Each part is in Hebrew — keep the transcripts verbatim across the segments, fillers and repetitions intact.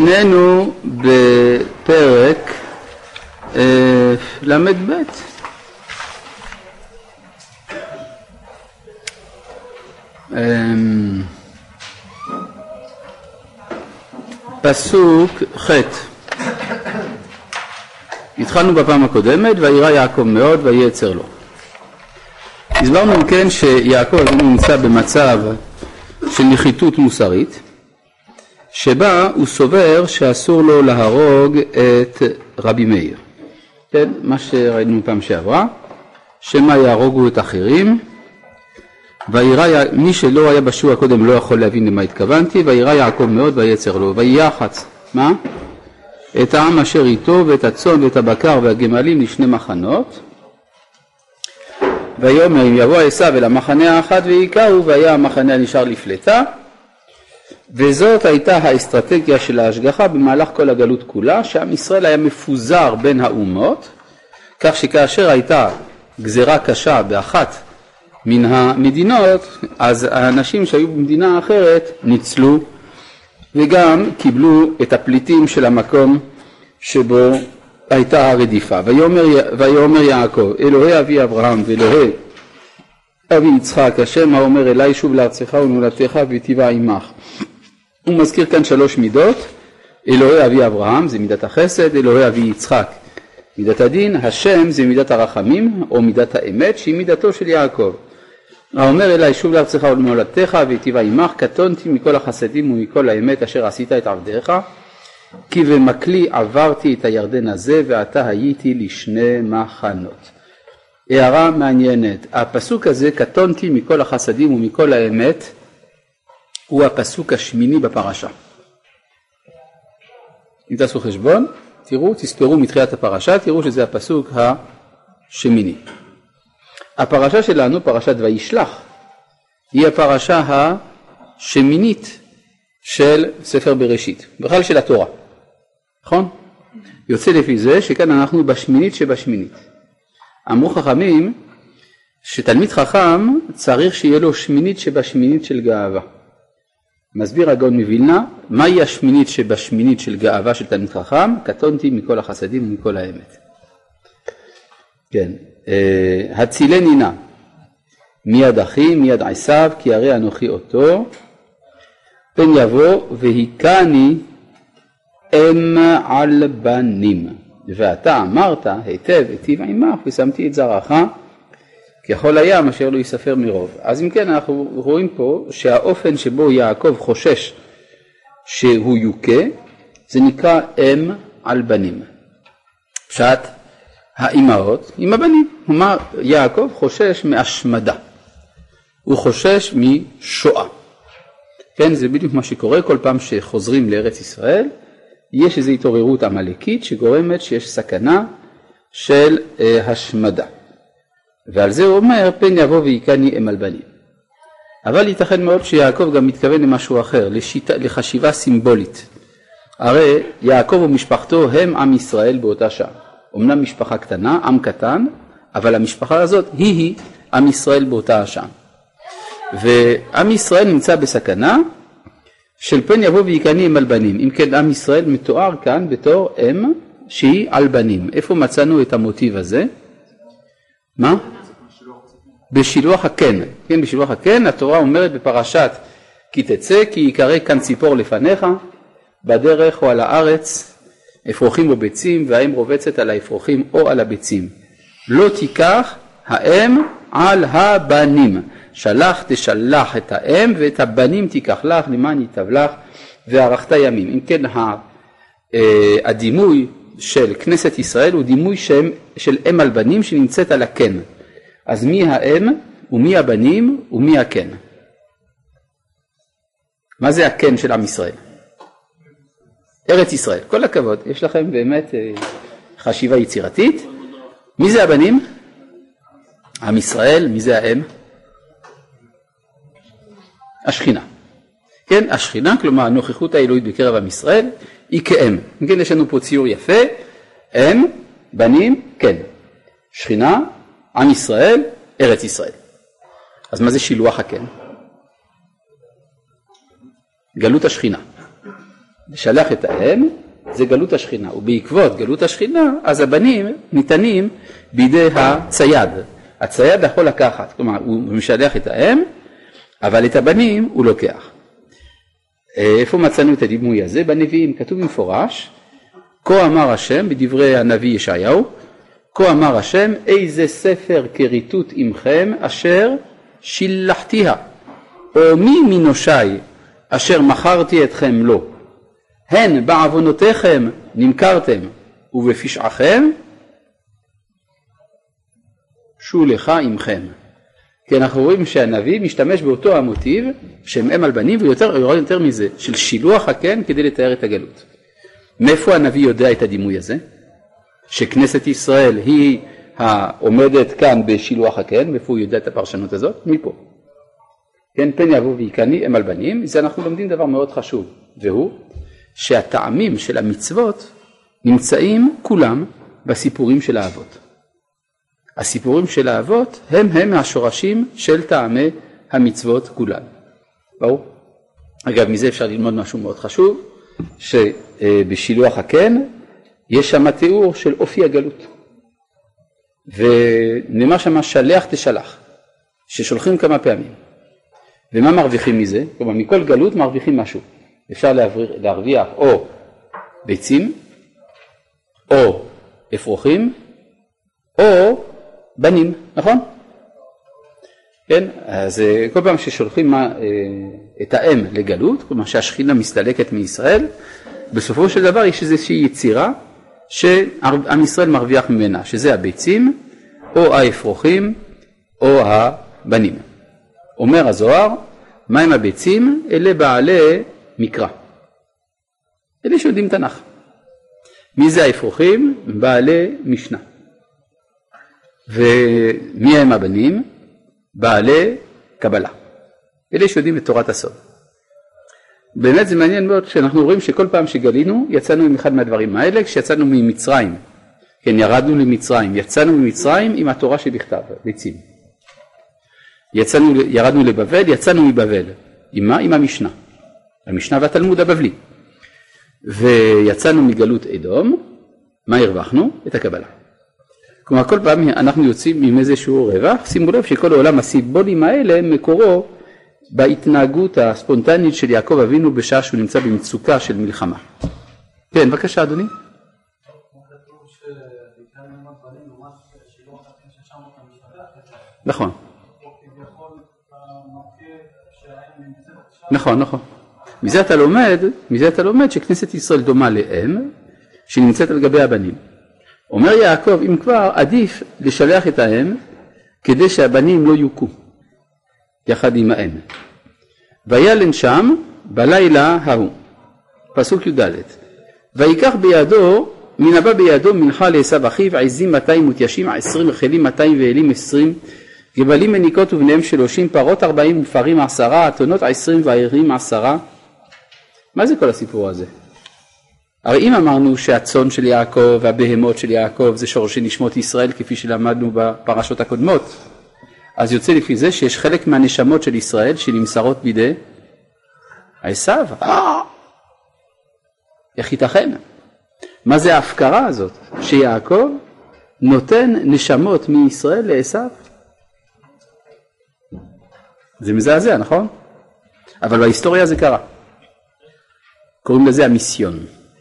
הננו בפרק אה, למד ב'. אה, פסוק ח'. התחלנו בפעם הקודמת, וירא יעקב מאוד ויצר לו. הסברנו אם כן שיעקב נמצא במצב של נחיתות מוסרית, שבה הוא סובר שאסור לו להרוג את רבי מאיר. כן, מה שראינו פעם שעברה, שמה יהרוגו את אחרים, וירא, מי שלא היה בשיעור הקודם לא יכול להבין למה התכוונתי, וירא יעקב מאוד ויצר לו, ויחץ, מה? את העם אשר איתו ואת הצאן ואת הבקר והגמלים לשני מחנות, ויאמר אם יבוא עשיו אל המחנה האחד ויקהו, והיה המחנה הנשאר לפלטה. וזאת הייתה האסטרטגיה של ההשגחה במהלך כל הגלות כולה, שעם ישראל היה מפוזר בין האומות, כך שכאשר הייתה גזרה קשה באחת מן המדינות, אז האנשים שהיו במדינה אחרת ניצלו וגם קיבלו את הפליטים של המקום שבו הייתה הרדיפה. ויאמר, ויאמר יעקב, אלוהי אבי אברהם ואלוהי אבי יצחק, השם האומר אלי שוב לארצך ולמולדתך ותיבא עמך. הוא מזכיר כאן שלוש מידות, אלוהי אבי אברהם זה מידת החסד, אלוהי אבי יצחק מידת הדין, השם זה מידת הרחמים או מידת האמת שהיא מידתו של יעקב. האומר אלי שוב לארצך ולמולדתך ותיבא עמך, קטונתי מכל החסדים ומכל האמת אשר עשית את עבדיך, כי במקלי עברתי את הירדן הזה ועתה הייתי לשני מחנות. הערה מעניינת, הפסוק הזה קטונתי מכל החסדים ומכל האמת הוא הפסוק השמיני בפרשה. אם תעשו חשבון, תראו, תספרו מתחילת הפרשה, תראו שזה הפסוק השמיני. הפרשה שלנו, פרשת וישלח, היא הפרשה השמינית של ספר בראשית, בכלל של התורה. נכון? יוצא לפי זה שכאן אנחנו בשמינית שבשמינית. אמרו חכמים שתלמיד חכם צריך שיהיה לו שמינית שבשמינית של גאווה. מסביר הגאון מווילנה, מהי השמינית שבשמינית של גאווה של תלמיד חכם? קטונתי מכל החסדים ומכל האמת. כן, הצילני נא מיד אחי מיד עשיו כי הרי אנוכי אותו, פן יבוא והיכני אם על בנים, ואתה אמרת היטב היטיב עמך ושמתי את זרעך ככל הים אשר לא יספר מרוב. אז אם כן אנחנו רואים פה שהאופן שבו יעקב חושש שהוא יוקה זה נקרא אם על בנים. פשט האימהות עם הבנים. כלומר יעקב חושש מהשמדה, הוא חושש משואה. כן, זה בדיוק מה שקורה כל פעם שחוזרים לארץ ישראל, יש איזו התעוררות עמלקית שגורמת שיש סכנה של אה, השמדה. ועל זה הוא אומר פן יבוא ויקני אם על בנים. אבל ייתכן מאוד שיעקב גם מתכוון למשהו אחר, לשיטה, לחשיבה סימבולית. הרי יעקב ומשפחתו הם עם ישראל באותה שעה. אמנם משפחה קטנה, עם קטן, אבל המשפחה הזאת היא היא עם ישראל באותה השעה. ועם ישראל נמצא בסכנה של פן יבוא ויקני אם על בנים. אם כן עם ישראל מתואר כאן בתור אם שהיא על בנים. איפה מצאנו את המוטיב הזה? מה? בשילוח הקן. כן, בשילוח הקן התורה אומרת בפרשת כי תצא כי יקרא כאן ציפור לפניך בדרך או על הארץ אפרוחים או ביצים והאם רובצת על האפרוחים או על הביצים. לא תיקח האם על הבנים. שלח תשלח את האם ואת הבנים תיקח לך למען ייטב לך וערכת ימים. אם כן הדימוי של כנסת ישראל הוא דימוי שם, של אם על בנים שנמצאת על הקן. אז מי האם ומי הבנים ומי הקן? מה זה הקן של עם ישראל? ארץ ישראל. כל הכבוד, יש לכם באמת חשיבה יצירתית. מי זה הבנים? עם ישראל. מי זה האם? השכינה. כן, השכינה, כלומר הנוכחות האלוהית בקרב עם ישראל היא כאם. כן, יש לנו פה ציור יפה, אם, בנים, כן. שכינה, עם ישראל, ארץ ישראל. אז מה זה שילוח הקן? גלות השכינה. לשלח את האם, זה גלות השכינה, ובעקבות גלות השכינה, אז הבנים ניתנים בידי הצייד. הצייד יכול לקחת, כלומר הוא משלח את האם, אבל את הבנים הוא לוקח. איפה מצאנו את הדימוי הזה? בנביאים כתוב במפורש, כה אמר השם, בדברי הנביא ישעיהו, כה אמר השם, איזה ספר כריתות עמכם אשר שילחתיה, או מי מנושי אשר מכרתי אתכם לו, הן בעוונותיכם נמכרתם ובפשעכם שולחה עמכם. כי אנחנו רואים שהנביא משתמש באותו המוטיב שהם אם על בנים, ויותר יותר מזה, של שילוח הקן כדי לתאר את הגלות. מאיפה הנביא יודע את הדימוי הזה? שכנסת ישראל היא העומדת כאן בשילוח הקן, מאיפה הוא יודע את הפרשנות הזאת? מפה. כן, פן יבוא ויקני אם על בנים, זה אנחנו לומדים דבר מאוד חשוב, והוא שהטעמים של המצוות נמצאים כולם בסיפורים של האבות. הסיפורים של האבות הם הם השורשים של טעמי המצוות כולן. ברור? אגב, מזה אפשר ללמוד משהו מאוד חשוב, שבשילוח הקן יש שם תיאור של אופי הגלות. ונאמר שם שלח תשלח, ששולחים כמה פעמים. ומה מרוויחים מזה? כלומר, מכל גלות מרוויחים משהו. אפשר להרוויח או ביצים, או אפרוחים, או בנים, נכון? כן, אז כל פעם ששולחים את האם לגלות, כלומר שהשכינה מסתלקת מישראל, בסופו של דבר יש איזושהי יצירה שעם ישראל מרוויח ממנה, שזה הביצים, או האפרוחים, או הבנים. אומר הזוהר, מה הם הביצים? אלה בעלי מקרא. אלה שיודעים תנ"ך. מי זה האפרוחים? בעלי משנה. ומי הם הבנים? בעלי קבלה. אלה שיודעים את תורת הסוד. באמת זה מעניין מאוד שאנחנו רואים שכל פעם שגלינו יצאנו עם אחד מהדברים האלה, כשיצאנו ממצרים, כן, ירדנו למצרים, יצאנו ממצרים עם התורה שבכתב, ביצים. יצאנו, ירדנו לבבל, יצאנו מבבל. עם מה? עם המשנה. המשנה והתלמוד הבבלי. ויצאנו מגלות אדום, מה הרווחנו? את הקבלה. כלומר, כל פעם אנחנו יוצאים עם איזשהו רווח, שימו לב שכל העולם הסימבולים האלה מקורו בהתנהגות הספונטנית של יעקב אבינו בשעה שהוא נמצא במצוקה של מלחמה. כן, בבקשה אדוני. נכון. נכון, נכון. מזה אתה לומד, מזה אתה לומד שכנסת ישראל דומה לאם שנמצאת על גבי הבנים. אומר יעקב, אם כבר עדיף לשלח את האם כדי שהבנים לא יוכו יחד עם האם. וילן שם בלילה ההוא. פסוק י"ד. ויקח בידו, מן הבא בידו מנחה לעשו אחיו, עזים מאתיים מותיישים, עשרים רחלים מאתיים ואלים עשרים, גבלים מניקות ובניהם שלושים, פרות ארבעים ופרים עשרה, אתונות עשרים וערים עשרה. מה זה כל הסיפור הזה? הרי אם אמרנו שהצאן של יעקב והבהמות של יעקב זה שורשי נשמות ישראל כפי שלמדנו בפרשות הקודמות, אז יוצא לפי זה שיש חלק מהנשמות של ישראל שנמסרות בידי עשיו. אה! איך ייתכן? מה זה ההפקרה הזאת? שיעקב נותן נשמות מישראל לעשיו? זה מזעזע, נכון? אבל בהיסטוריה זה קרה. קוראים לזה המיסיון.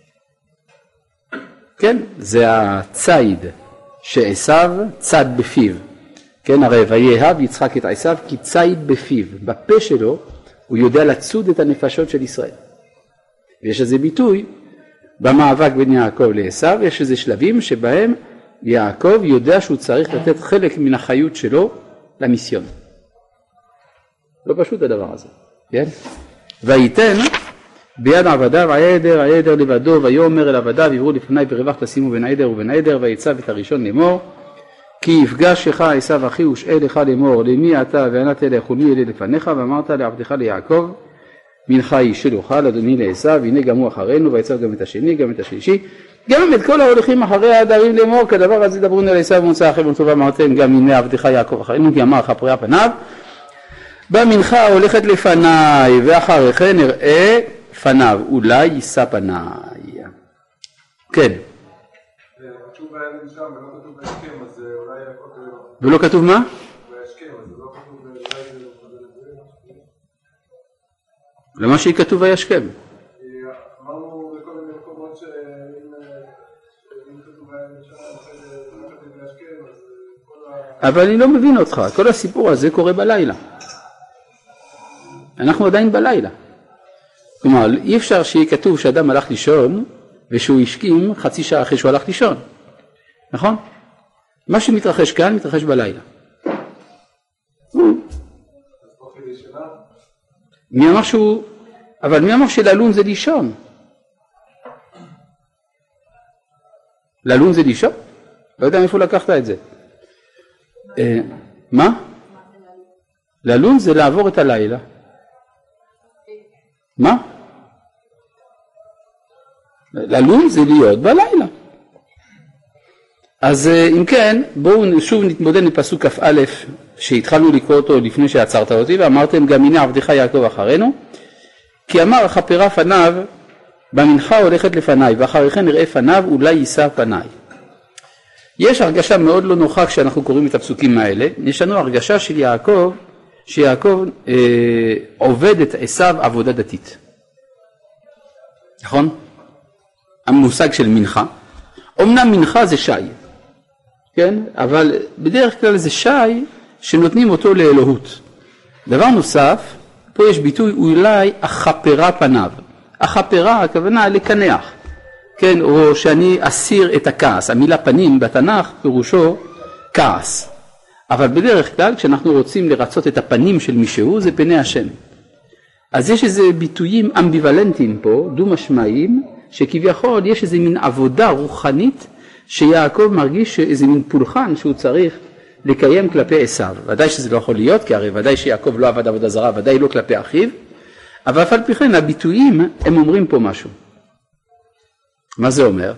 כן, זה הציד שעשיו צד בפיו. כן, הרי ויאהב יצחק את עשיו כי ציד בפיו. בפה שלו הוא יודע לצוד את הנפשות של ישראל. ויש איזה ביטוי במאבק בין יעקב לעשיו, יש איזה שלבים שבהם יעקב יודע שהוא צריך לתת חלק מן החיות שלו למיסיון. לא פשוט הדבר הזה, כן? וייתן ביד עבדיו העדר, העדר לבדו, ויאמר אל עבדיו, עברו לפניי ברווח תשימו בין העדר ובין העדר, ויצב את הראשון לאמור, כי יפגשך עשיו אחי ושאל לך לאמור, למי אתה וענת אלך ולמי אלה לפניך, ואמרת לעבדך ליעקב, מנחה ישלוך לאדוני לעשיו, הנה גם הוא אחרינו, ויצב גם את השני, גם את השלישי, גם את כל ההולכים אחרי העדרים לאמור, כדבר הזה דברו נא לעשיו ומוצא אחרי ונטובה אמרתם, גם הנה עבדך יעקב אחרינו, כי אמר לך פריה פניו, במנחה הולכת לפניי ואחרי כן נראה פניו, אולי יישא פניי. כן. כתוב בעלים שם, ולא כתוב בהשכם, אז אולי יעקב... ולא כתוב מה? בהשכם, אז לא כתוב אולי זה לא... למה שהיא כתוב וישכם? אמרנו בכל מיני מקומות שאם כתוב בעלים שם, לא כתוב בהשכם, אז כל ה... אבל אני לא מבין אותך, כל הסיפור הזה קורה בלילה. אנחנו עדיין בלילה. כלומר, אי אפשר שיהיה כתוב שאדם הלך לישון ושהוא השכים חצי שעה אחרי שהוא הלך לישון. נכון? מה שמתרחש כאן מתרחש בלילה. מי אמר שהוא... אבל מי אמר שללון זה לישון? ללון זה לישון? לא יודע מאיפה לקחת את זה. מה? ללון זה לעבור את הלילה. מה? ללון זה להיות בלילה. אז אם כן, בואו שוב נתמודד לפסוק כ"א שהתחלנו לקרוא אותו לפני שעצרת אותי, ואמרתם גם הנה עבדך יעקב אחרינו, כי אמר חפרה פניו במנחה הולכת לפניי ואחרי כן נראה פניו אולי יישא פניי. יש הרגשה מאוד לא נוחה כשאנחנו קוראים את הפסוקים האלה. יש לנו הרגשה של יעקב שיעקב אה, עובד את עשיו עבודה דתית, נכון? המושג של מנחה, אמנם מנחה זה שי, כן? אבל בדרך כלל זה שי שנותנים אותו לאלוהות. דבר נוסף, פה יש ביטוי אולי החפרה פניו. החפרה הכוונה לקנח, כן? או שאני אסיר את הכעס. המילה פנים בתנ"ך פירושו כעס. אבל בדרך כלל כשאנחנו רוצים לרצות את הפנים של מישהו זה פני השם. אז יש איזה ביטויים אמביוולנטיים פה, דו משמעיים, שכביכול יש איזה מין עבודה רוחנית שיעקב מרגיש איזה מין פולחן שהוא צריך לקיים כלפי עשיו. ודאי שזה לא יכול להיות, כי הרי ודאי שיעקב לא עבד עבודה זרה, ודאי לא כלפי אחיו, אבל אף על פי כן הביטויים הם אומרים פה משהו. מה זה אומר?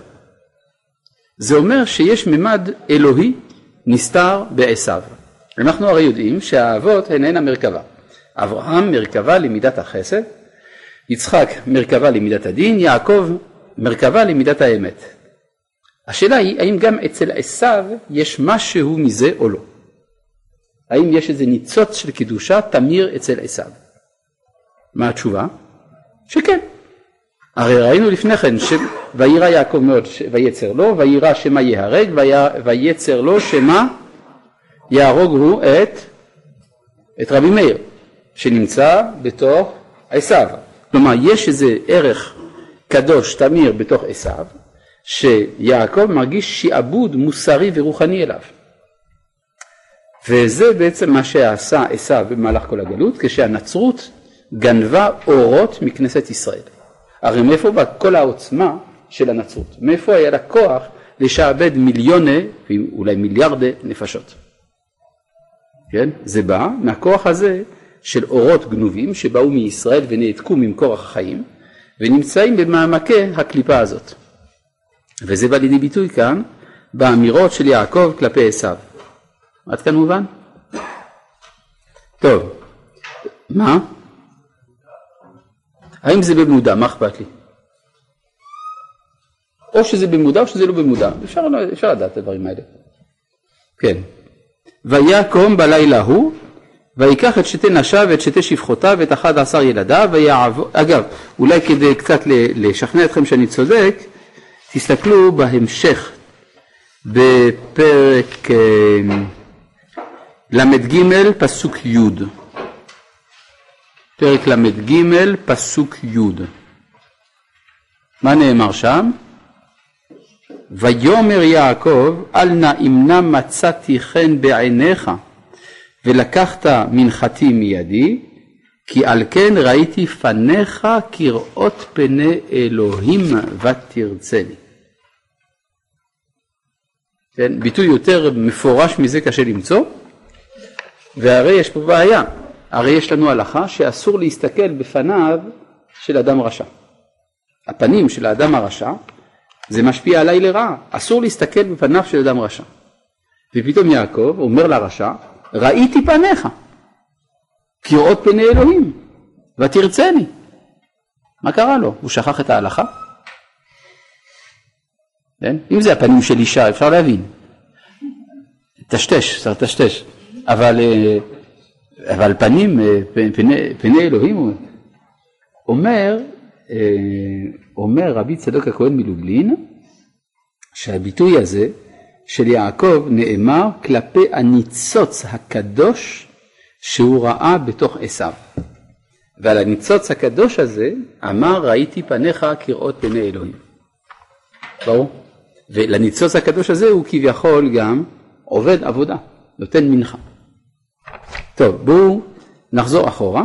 זה אומר שיש ממד אלוהי נסתר בעשיו. אנחנו הרי יודעים שהאבות הן המרכבה. אברהם מרכבה למידת החסד, יצחק מרכבה למידת הדין, יעקב מרכבה למידת האמת. השאלה היא האם גם אצל עשיו יש משהו מזה או לא. האם יש איזה ניצוץ של קדושה תמיר אצל עשיו? מה התשובה? שכן. הרי ראינו לפני כן שוירא יעקב מאוד ויצר לו, וירא שמא יהרג, ויצר לו שמא יהרוג הוא את, את רבי מאיר שנמצא בתוך עשיו. כלומר יש איזה ערך קדוש תמיר בתוך עשיו שיעקב מרגיש שעבוד מוסרי ורוחני אליו. וזה בעצם מה שעשה עשיו במהלך כל הגלות, כשהנצרות גנבה אורות מכנסת ישראל. הרי מאיפה בא כל העוצמה של הנצרות? מאיפה היה לה כוח לשעבד מיליוני ואולי מיליארדי נפשות? כן? זה בא מהכוח הזה של אורות גנובים שבאו מישראל ונעתקו ממקור החיים ונמצאים במעמקי הקליפה הזאת. וזה בא לידי ביטוי כאן באמירות של יעקב כלפי עשיו. עד כאן מובן? טוב, מה? האם זה במודע? מה אכפת לי? או שזה במודע או שזה לא במודע. אפשר, אפשר לדעת את הדברים האלה. כן. ויקום בלילה הוא, ויקח את שתי נשיו ואת שתי שפחותיו ואת אחד עשר ילדיו, ויעבור... אגב, אולי כדי קצת לשכנע אתכם שאני צודק, תסתכלו בהמשך בפרק למד ג' פסוק י'. פרק למד ג' פסוק י'. מה נאמר שם? ויאמר יעקב אל נא אם נא מצאתי חן בעיניך ולקחת מנחתי מידי, כי על כן ראיתי פניך כראות פני אלוהים ותרצה לי. כן, ביטוי יותר מפורש מזה קשה למצוא, והרי יש פה בעיה. הרי יש לנו הלכה שאסור להסתכל בפניו של אדם רשע. הפנים של האדם הרשע זה משפיע עליי לרעה. אסור להסתכל בפניו של אדם רשע. ופתאום יעקב אומר לרשע, ראיתי פניך כראות פני אלוהים ותרצה לי. מה קרה לו? הוא שכח את ההלכה? כן? אם זה הפנים של אישה, אפשר להבין. תשתש, צריך תשתש. אבל, אבל פנים, פני, פני אלוהים, אומר, אומר רבי צדוק הכהן מלובלין, שהביטוי הזה של יעקב נאמר כלפי הניצוץ הקדוש שהוא ראה בתוך עשיו. ועל הניצוץ הקדוש הזה אמר ראיתי פניך כראות פני אלוהים. ברור? ולניצוץ הקדוש הזה הוא כביכול גם עובד עבודה, נותן מנחה. טוב, בואו נחזור אחורה.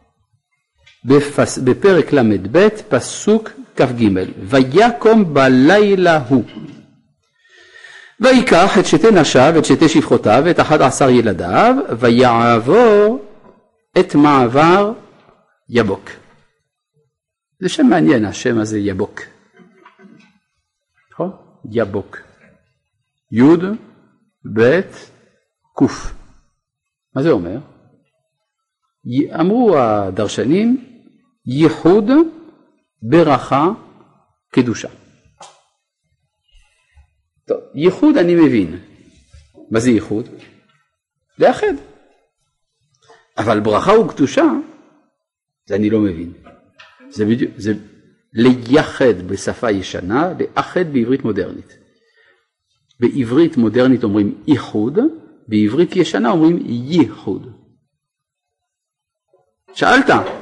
בפס, בפרק למד ב' פסוק כ"ג, ויקום בלילה הוא. ויקח את שתי נשיו ואת שתי שפחותיו ואת אחד עשר ילדיו ויעבור את מעבר יבוק. זה שם מעניין השם הזה יבוק. נכון? יבוק. יוד בית קוף. מה זה אומר? אמרו הדרשנים ייחוד ברכה קדושה. טוב, ייחוד אני מבין. מה זה ייחוד? לאחד. אבל ברכה וקדושה זה אני לא מבין. זה בדיוק, זה לייחד בשפה ישנה, לאחד בעברית מודרנית. בעברית מודרנית אומרים ייחוד, בעברית ישנה אומרים ייחוד. שאלת?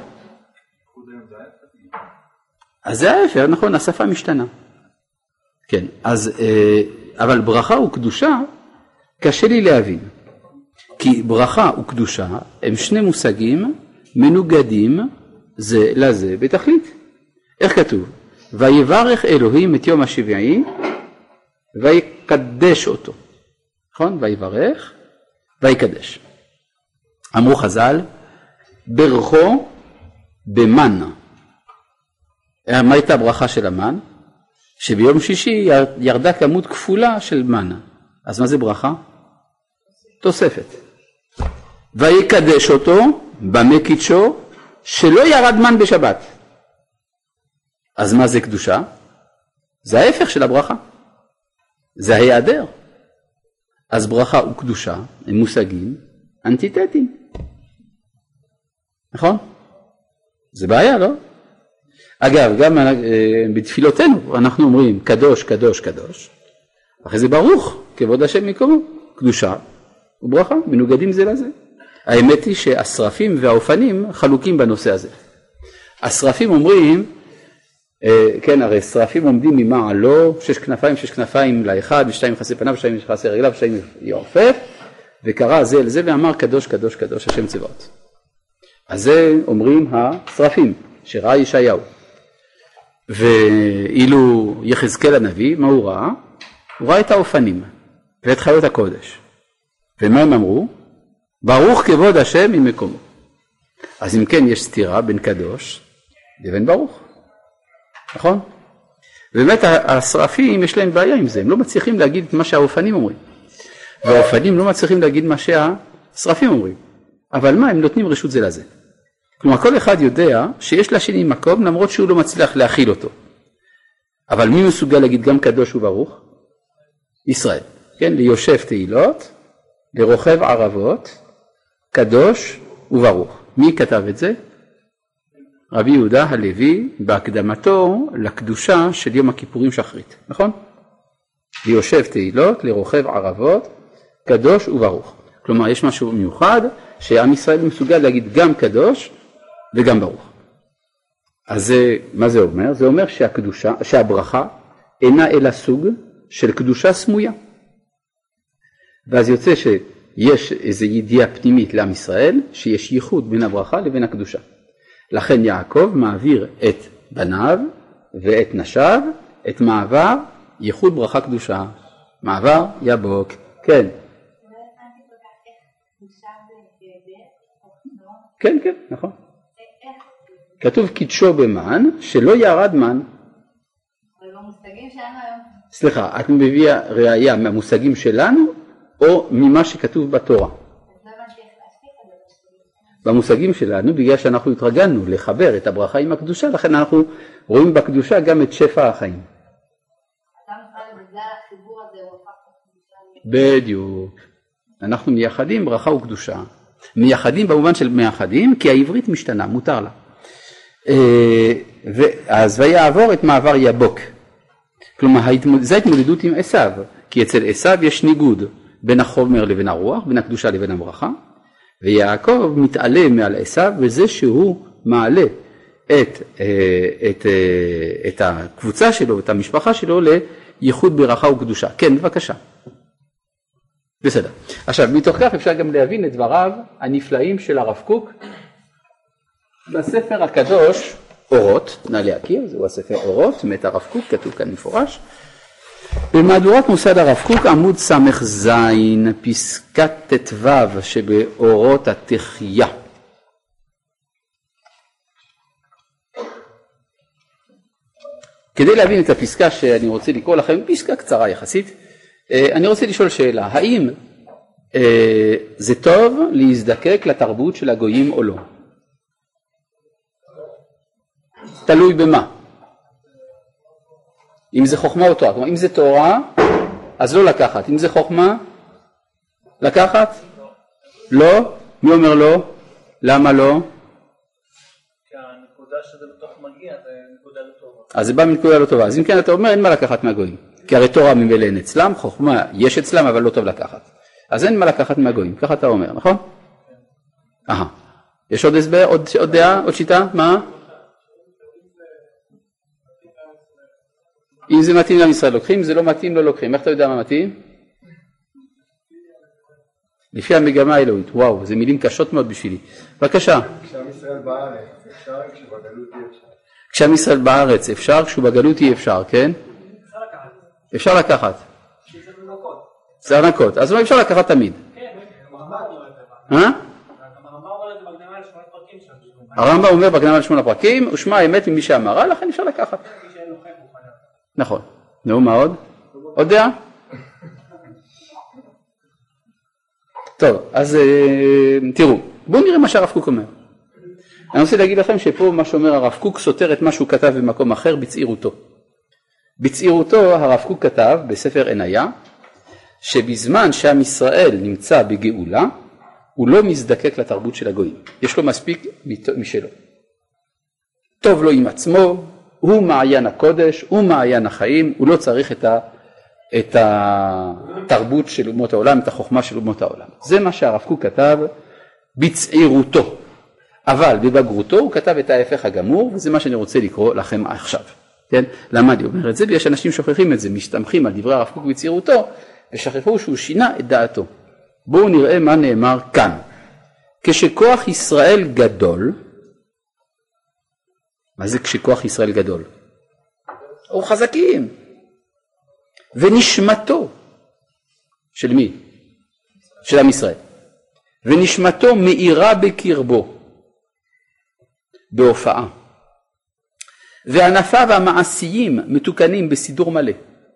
אז זה ההפך, נכון, השפה משתנה. כן, אז, אבל ברכה וקדושה קשה לי להבין. כי ברכה וקדושה הם שני מושגים מנוגדים זה לזה בתכלית. איך כתוב? ויברך אלוהים את יום השביעי ויקדש אותו. נכון? ויברך ויקדש. אמרו חז"ל, ברכו במן. מה הייתה הברכה של המן? שביום שישי ירדה כמות כפולה של מן. אז מה זה ברכה? תוספת. ויקדש אותו במה קידשו שלא ירד מן בשבת. אז מה זה קדושה? זה ההפך של הברכה. זה ההיעדר. אז ברכה וקדושה הם מושגים אנטיתטיים. נכון? זה בעיה, לא? אגב, גם בתפילותינו אנחנו אומרים קדוש, קדוש, קדוש. אחרי זה ברוך, כבוד השם מקומו. קדושה וברכה, מנוגדים זה לזה. האמת היא שהשרפים והאופנים חלוקים בנושא הזה. השרפים אומרים, כן, הרי שרפים עומדים ממעלו, שש כנפיים, שש כנפיים לאחד, ושתיים מכסה פניו, ושתיים מכסה רגליו, ושתיים יעופף, וקרא זה אל זה ואמר קדוש, קדוש, קדוש, השם צבאות. אז זה אומרים השרפים, שראה ישעיהו. ואילו יחזקאל הנביא, מה הוא ראה? הוא ראה את האופנים ואת חיות הקודש. ומה הם אמרו? ברוך כבוד השם ממקומו. אז אם כן יש סתירה בין קדוש לבין ברוך. נכון? ובאמת השרפים יש להם בעיה עם זה, הם לא מצליחים להגיד את מה שהאופנים אומרים. והאופנים לא מצליחים להגיד מה שהשרפים אומרים. אבל מה, הם נותנים רשות זה לזה. כלומר, כל אחד יודע שיש לשני מקום למרות שהוא לא מצליח להכיל אותו. אבל מי מסוגל להגיד גם קדוש וברוך? ישראל. כן, ליושב תהילות, לרוכב ערבות, קדוש וברוך. מי כתב את זה? רבי יהודה הלוי בהקדמתו לקדושה של יום הכיפורים שחרית. נכון? ליושב תהילות, לרוכב ערבות, קדוש וברוך. כלומר, יש משהו מיוחד שעם ישראל מסוגל להגיד גם קדוש וגם ברוך. אז זה, מה זה אומר? זה אומר שהקדושה, שהברכה אינה אלא סוג של קדושה סמויה. ואז יוצא שיש איזו ידיעה פנימית לעם ישראל, שיש ייחוד בין הברכה לבין הקדושה. לכן יעקב מעביר את בניו ואת נשיו, את מעבר ייחוד ברכה קדושה. מעבר יבוק. כן. כן, כן, נכון. כתוב קידשו במן, שלא ירד מן. אבל במושגים שלנו היום. סליחה, את מביאה ראייה מהמושגים שלנו, או ממה שכתוב בתורה? במושגים שלנו, בגלל שאנחנו התרגלנו לחבר את הברכה עם הקדושה, לכן אנחנו רואים בקדושה גם את שפע החיים. בגלל החיבור הזה הוא הפך לקדושה. בדיוק. אנחנו מייחדים ברכה וקדושה. מייחדים במובן של מייחדים, כי העברית משתנה, מותר לה. אז ויעבור את מעבר יבוק. כלומר, זו ההתמודדות עם עשיו, כי אצל עשיו יש ניגוד בין החומר לבין הרוח, בין הקדושה לבין הברכה, ויעקב מתעלם מעל עשיו בזה שהוא מעלה את, את, את הקבוצה שלו, את המשפחה שלו, לייחוד ברכה וקדושה. כן, בבקשה. בסדר. עכשיו, מתוך כך אפשר גם להבין את דבריו הנפלאים של הרב קוק בספר הקדוש אורות, נא להכיר, זהו הספר אורות, מת הרב קוק, כתוב כאן מפורש. במהדורת מוסד הרב קוק עמוד סמך זין, פסקת תתוו שבאורות התחיה. כדי להבין את הפסקה שאני רוצה לקרוא לכם, פסקה קצרה יחסית, אני רוצה לשאול שאלה, האם זה טוב להזדקק לתרבות של הגויים או לא? תלוי במה. אם זה חוכמה או תורה, כלומר אם זה תורה אז לא לקחת, אם זה חוכמה לקחת? לא? מי אומר לא? למה לא? כי הנקודה שזה בתוך מגיע זה נקודה לא טובה. אז זה בא מנקודה לא טובה, אז אם כן אתה אומר אין מה לקחת מהגויים, כי הרי תורה ממילא אין אצלם, חוכמה יש אצלם אבל לא טוב לקחת, אז אין מה לקחת מהגויים, ככה אתה אומר, נכון? אהה, יש עוד הסבר, עוד, עוד דעה, עוד שיטה? מה? אם זה מתאים לעם ישראל לוקחים, אם זה לא מתאים לא לוקחים. איך אתה יודע מה מתאים? לפי המגמה האלוהית. וואו, זה מילים קשות מאוד בשבילי. בבקשה. כשעם ישראל בארץ אפשר, כשבגלות אי אפשר. כשעם ישראל בארץ אפשר, כשבגלות אי אפשר, כן? אפשר לקחת. אפשר לקחת. שזה לנקות. זה לנקות. אז אפשר לקחת תמיד. כן, הרמב"ם אומר את זה. אה? הרמב"ם אומר את זה בהקדמה לשמונה פרקים שם. הרמב"ם אומר בהקדמה לשמונה פרקים, ושמע האמת ממי שאמרה, לכן אפשר לקחת. נכון. נו, מה עוד? עוד דעה? טוב, אז תראו, בואו נראה מה שהרב קוק אומר. אני רוצה להגיד לכם שפה מה שאומר הרב קוק סותר את מה שהוא כתב במקום אחר בצעירותו. בצעירותו הרב קוק כתב בספר עניה, שבזמן שעם ישראל נמצא בגאולה, הוא לא מזדקק לתרבות של הגויים. יש לו מספיק משלו. טוב לו עם עצמו, הוא מעיין הקודש, הוא מעיין החיים, הוא לא צריך את, ה, את התרבות של אומות העולם, את החוכמה של אומות העולם. זה מה שהרב קוק כתב בצעירותו. אבל בבגרותו הוא כתב את ההפך הגמור, וזה מה שאני רוצה לקרוא לכם עכשיו. כן? למה אני אומר את זה? בגלל שאנשים שוכחים את זה, משתמכים על דברי הרב קוק בצעירותו, ושכחו שהוא שינה את דעתו. בואו נראה מה נאמר כאן. כשכוח ישראל גדול, מה זה כשכוח ישראל גדול? הוא חזקים. ונשמתו, של מי? של עם ישראל. ונשמתו מאירה בקרבו, בהופעה. וענפיו המעשיים מתוקנים בסידור מלא.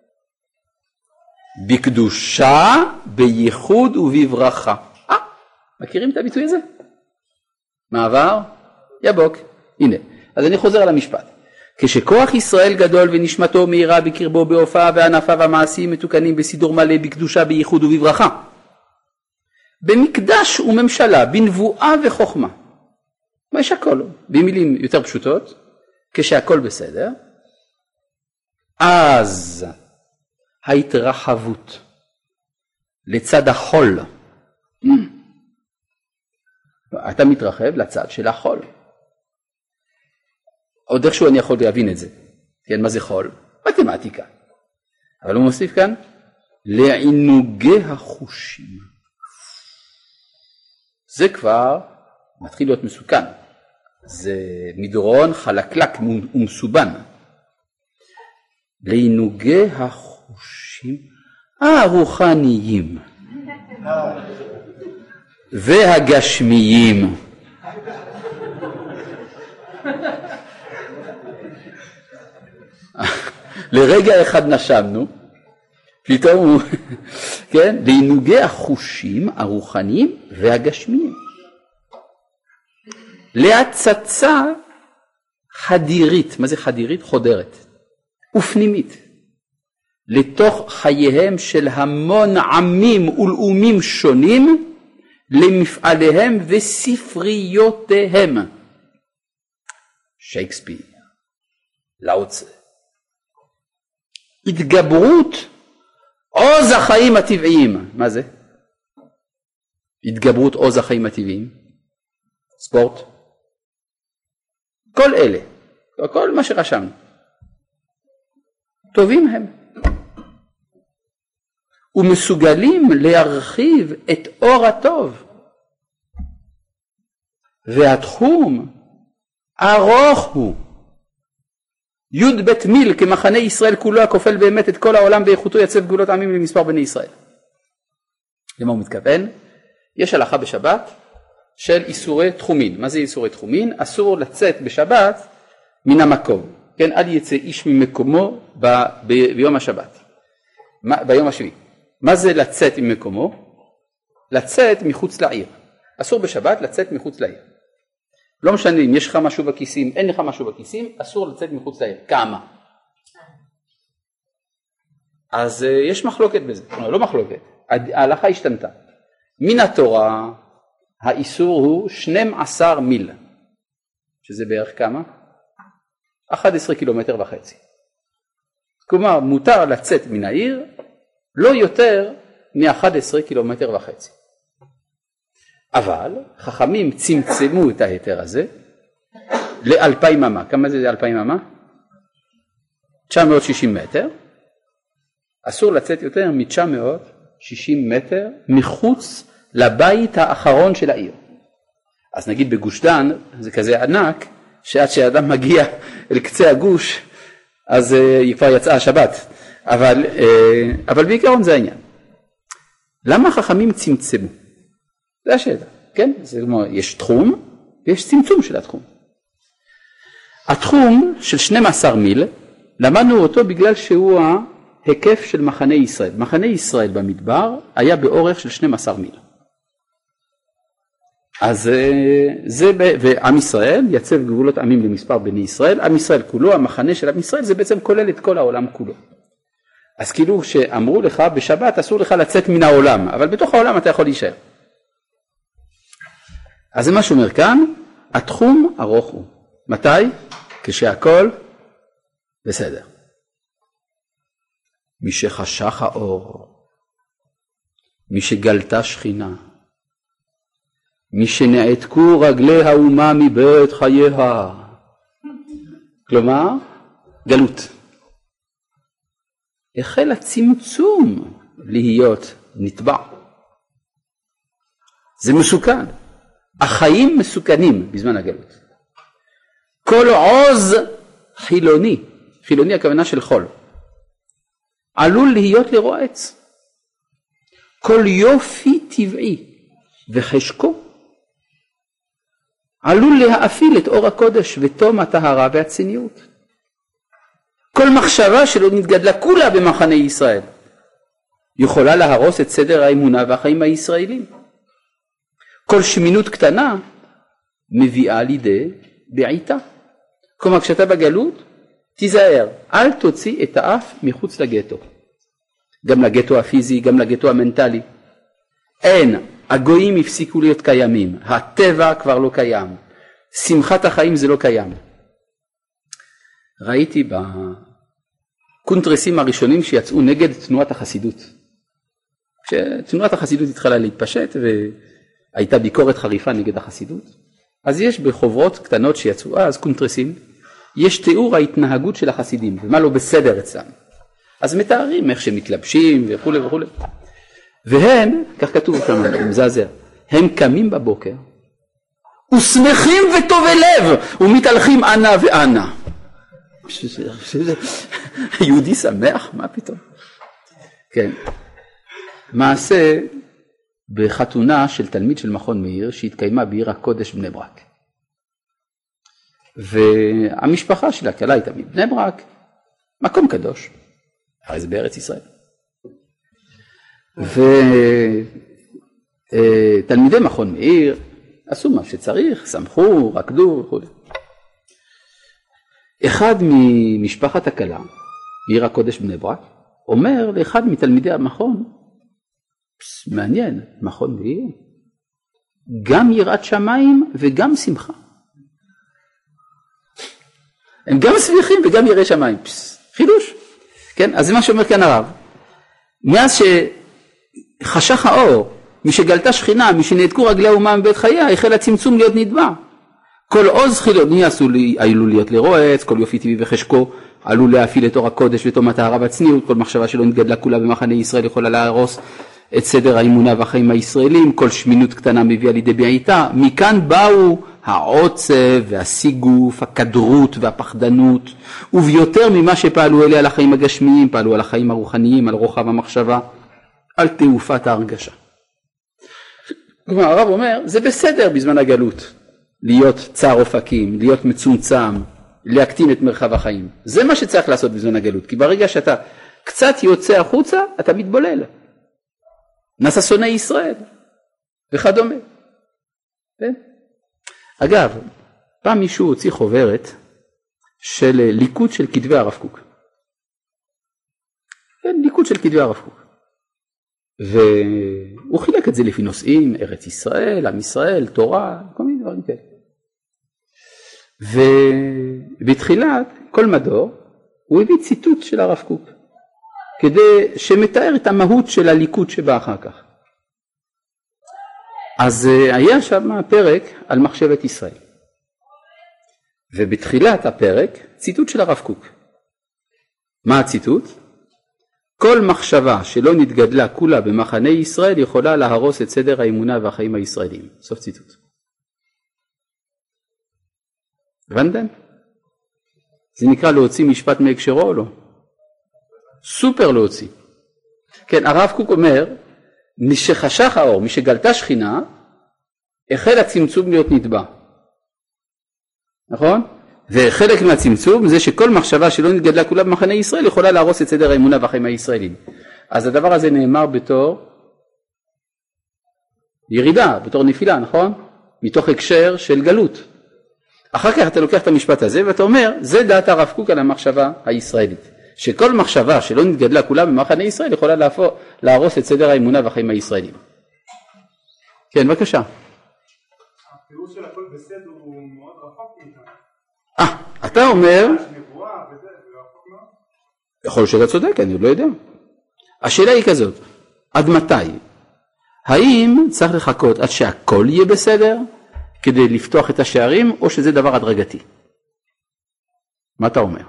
בקדושה, בייחוד ובברכה. אה, מכירים את הביטוי הזה? מעבר? יבוק. הנה. אז אני חוזר על המשפט. כשכוח ישראל גדול ונשמתו מאירה בקרבו בהופעה וענפיו המעשיים מתוקנים בסידור מלא בקדושה בייחוד ובברכה. במקדש וממשלה, בנבואה וחוכמה. מה יש הכל? במילים יותר פשוטות, כשהכל בסדר, אז ההתרחבות לצד החול. אתה מתרחב לצד של החול. עוד איכשהו אני יכול להבין את זה. כן, מה זה חול? מתמטיקה. אבל הוא מוסיף כאן, לעינוגי החושים. זה כבר מתחיל להיות מסוכן. זה מדרון חלקלק ומסובן. לעינוגי החושים הרוחניים והגשמיים. לרגע אחד נשמנו, פתאום הוא, כן, לעינוגי החושים הרוחניים והגשמיים. להצצה חדירית, מה זה חדירית? חודרת, ופנימית, לתוך חייהם של המון עמים ולאומים שונים, למפעליהם וספריותיהם. שייקספיר, לאוצה. התגברות עוז החיים הטבעיים. מה זה? התגברות עוז החיים הטבעיים. ספורט. כל אלה, כל מה שרשמנו. טובים הם. ומסוגלים להרחיב את אור הטוב. והתחום ארוך הוא. י' בית מיל כמחנה ישראל כולו הכופל באמת את כל העולם באיכותו יצב גבולות עמים למספר בני ישראל. למה הוא מתכוון? יש הלכה בשבת של איסורי תחומין. מה זה איסורי תחומין? אסור לצאת בשבת מן המקום. כן, אל יצא איש ממקומו ב, ב, ביום השבת. מה, ביום השביעי. מה זה לצאת ממקומו? לצאת מחוץ לעיר. אסור בשבת לצאת מחוץ לעיר. לא משנה אם יש לך משהו בכיסים, אין לך משהו בכיסים, אסור לצאת מחוץ לעיר. כמה? אז יש מחלוקת בזה. לא, לא מחלוקת. ההלכה השתנתה. מן התורה האיסור הוא שנים עשר מיל. שזה בערך כמה? אחד עשר קילומטר וחצי. כלומר, מותר לצאת מן העיר לא יותר מ-אחד עשר קילומטר וחצי. אבל חכמים צמצמו את ההיתר הזה לאלפיים אמה. כמה זה אלפיים אמה? תשע מאות ושישים מטר. אסור לצאת יותר מ-תשע מאות ושישים מטר מחוץ לבית האחרון של העיר. אז נגיד בגוש דן זה כזה ענק שעד שהאדם מגיע אל קצה הגוש אז היא כבר יצאה השבת. אבל, אבל בעיקרון זה העניין. למה חכמים צמצמו? זה השאלה, כן? זה כמו, יש תחום ויש צמצום של התחום. התחום של שנים עשר מיל, למדנו אותו בגלל שהוא ההיקף של מחנה ישראל. מחנה ישראל במדבר היה באורך של שנים עשר מיל. אז זה, ועם ישראל יצב גבולות עמים למספר בני ישראל. עם ישראל כולו, המחנה של עם ישראל, זה בעצם כולל את כל העולם כולו. אז כאילו שאמרו לך בשבת אסור לך לצאת מן העולם, אבל בתוך העולם אתה יכול להישאר. אז זה מה שאומר כאן, התחום ארוך הוא. מתי? כשהכל בסדר. מי שחשך האור, מי שגלתה שכינה, מי שנעתקו רגלי האומה מבית חייה. כלומר, גלות. החל הצמצום להיות נטבע. זה מסוכן. החיים מסוכנים בזמן הגלות. כל עוז חילוני, חילוני הכוונה של חול, עלול להיות לרועץ. כל יופי טבעי וחשקו עלול להאפיל את אור הקודש ותום הטהרה והצניעות. כל מחשבה שלא נתגדלה כולה במחנה ישראל יכולה להרוס את סדר האמונה והחיים הישראלים. כל שמינות קטנה מביאה לידי בעיטה. כלומר, כשאתה בגלות, תיזהר, אל תוציא את האף מחוץ לגטו. גם לגטו הפיזי, גם לגטו המנטלי. אין, הגויים הפסיקו להיות קיימים, הטבע כבר לא קיים, שמחת החיים זה לא קיים. ראיתי בקונטרסים הראשונים שיצאו נגד תנועת החסידות. כשתנועת החסידות התחלה להתפשט והייתה ביקורת חריפה נגד החסידות, אז יש בחוברות קטנות שיצאו אז קונטרסים, יש תיאור ההתנהגות של החסידים ומה לא בסדר אצלם. אז מתארים איך שהם מתלבשים וכו' וכו'. והם, כך כתוב כאן, מזעזע, הם קמים בבוקר ושמחים וטובי לב ומתהלכים אנה ואנה. יהודי שמח? מה פתאום? כן. מעשה בחתונה של תלמיד של מכון מאיר שהתקיימה בעיר הקודש בני ברק. והמשפחה של הכלה הייתה מבני ברק, מקום קדוש, הרי זה בארץ ישראל. ותלמידי מכון מאיר עשו מה שצריך, שמחו, רקדו וכו'. אחד ממשפחת הכלה, עיר הקודש בני ברק, אומר לאחד מתלמידי המכון, מעניין, מכון בעיר, גם יראת שמיים וגם שמחה. הם גם שמחים וגם יראי שמיים. חידוש. כן? אז זה מה שאומר כאן הרב. מאז שחשך האור, משגלתה שכינה, משנעתקו רגלי האומה מבית חייה, החל הצמצום להיות נדבע. כל עוז חילוני עלול להיות לרועץ, כל יופי טבעי וחשקו עלול להפעיל את אור הקודש ותום הטהרה והצניעות, כל מחשבה שלא נתגדלה כולה במחנה ישראל יכולה להרוס את סדר האמונה והחיים הישראלים, כל שמינות קטנה מביאה לידי בעיטה. מכאן באו העוצב והסיגוף, הכדרות והפחדנות, וביותר ממה שפעלו אליה על החיים הגשמיים, פעלו על החיים הרוחניים, על רוחב המחשבה, על תעופת ההרגשה. כלומר, הרב אומר, זה בסדר בזמן הגלות, להיות צר אופקים, להיות מצומצם, להקטין את מרחב החיים. זה מה שצריך לעשות בזמן הגלות, כי ברגע שאתה קצת יוצא החוצה, אתה מתבולל. נעשה שונא ישראל, וכדומה. כן? אגב, פעם מישהו הוציא חוברת של ליקוד של כתבי הרב קוק. כן, ליקוד של כתבי הרב קוק. והוא חילק את זה לפי נושאים, ארץ ישראל, עם ישראל, תורה, כל מיני דברים כאלה. ובתחילת כל מדור הוא הביא ציטוט של הרב קוק, כדי שמתאר את המהות של הליקוד שבא אחר כך. אז היה שם פרק על מחשבת ישראל. ובתחילת הפרק ציטוט של הרב קוק. מה הציטוט? כל מחשבה שלא נתגדלה כולה במחנה ישראל יכולה להרוס את סדר האמונה והחיים הישראלים. סוף ציטוט. הבנתם? זה נקרא להוציא משפט מהקשרו או לא? סופר להוציא. כן, הרב קוק אומר, משחשך האור, משגלתה שכינה, החל הצמצום להיות נתבע. נכון? וחלק מהצמצום זה שכל מחשבה שלא נתגדלה כולה במחנה ישראל יכולה להרוס את סדר האמונה והחיים הישראלים. אז הדבר הזה נאמר בתור ירידה, בתור נפילה, נכון? מתוך הקשר של גלות. אחר כך אתה לוקח את המשפט הזה ואתה אומר, זה דעת הרב קוק על המחשבה הישראלית. שכל מחשבה שלא נתגדלה כולה במחנה ישראל יכולה להפוך, להרוס את סדר האמונה והחיים הישראלים. כן, בבקשה. הפירוש של הכל בסדר הוא מאוד רחוק מאיתנו. אה, אתה אומר... יכול שאתה צודק, אני לא יודע. השאלה היא כזאת, עד מתי? האם צריך לחכות עד שהכל יהיה בסדר כדי לפתוח את השערים, או שזה דבר הדרגתי? מה אתה אומר?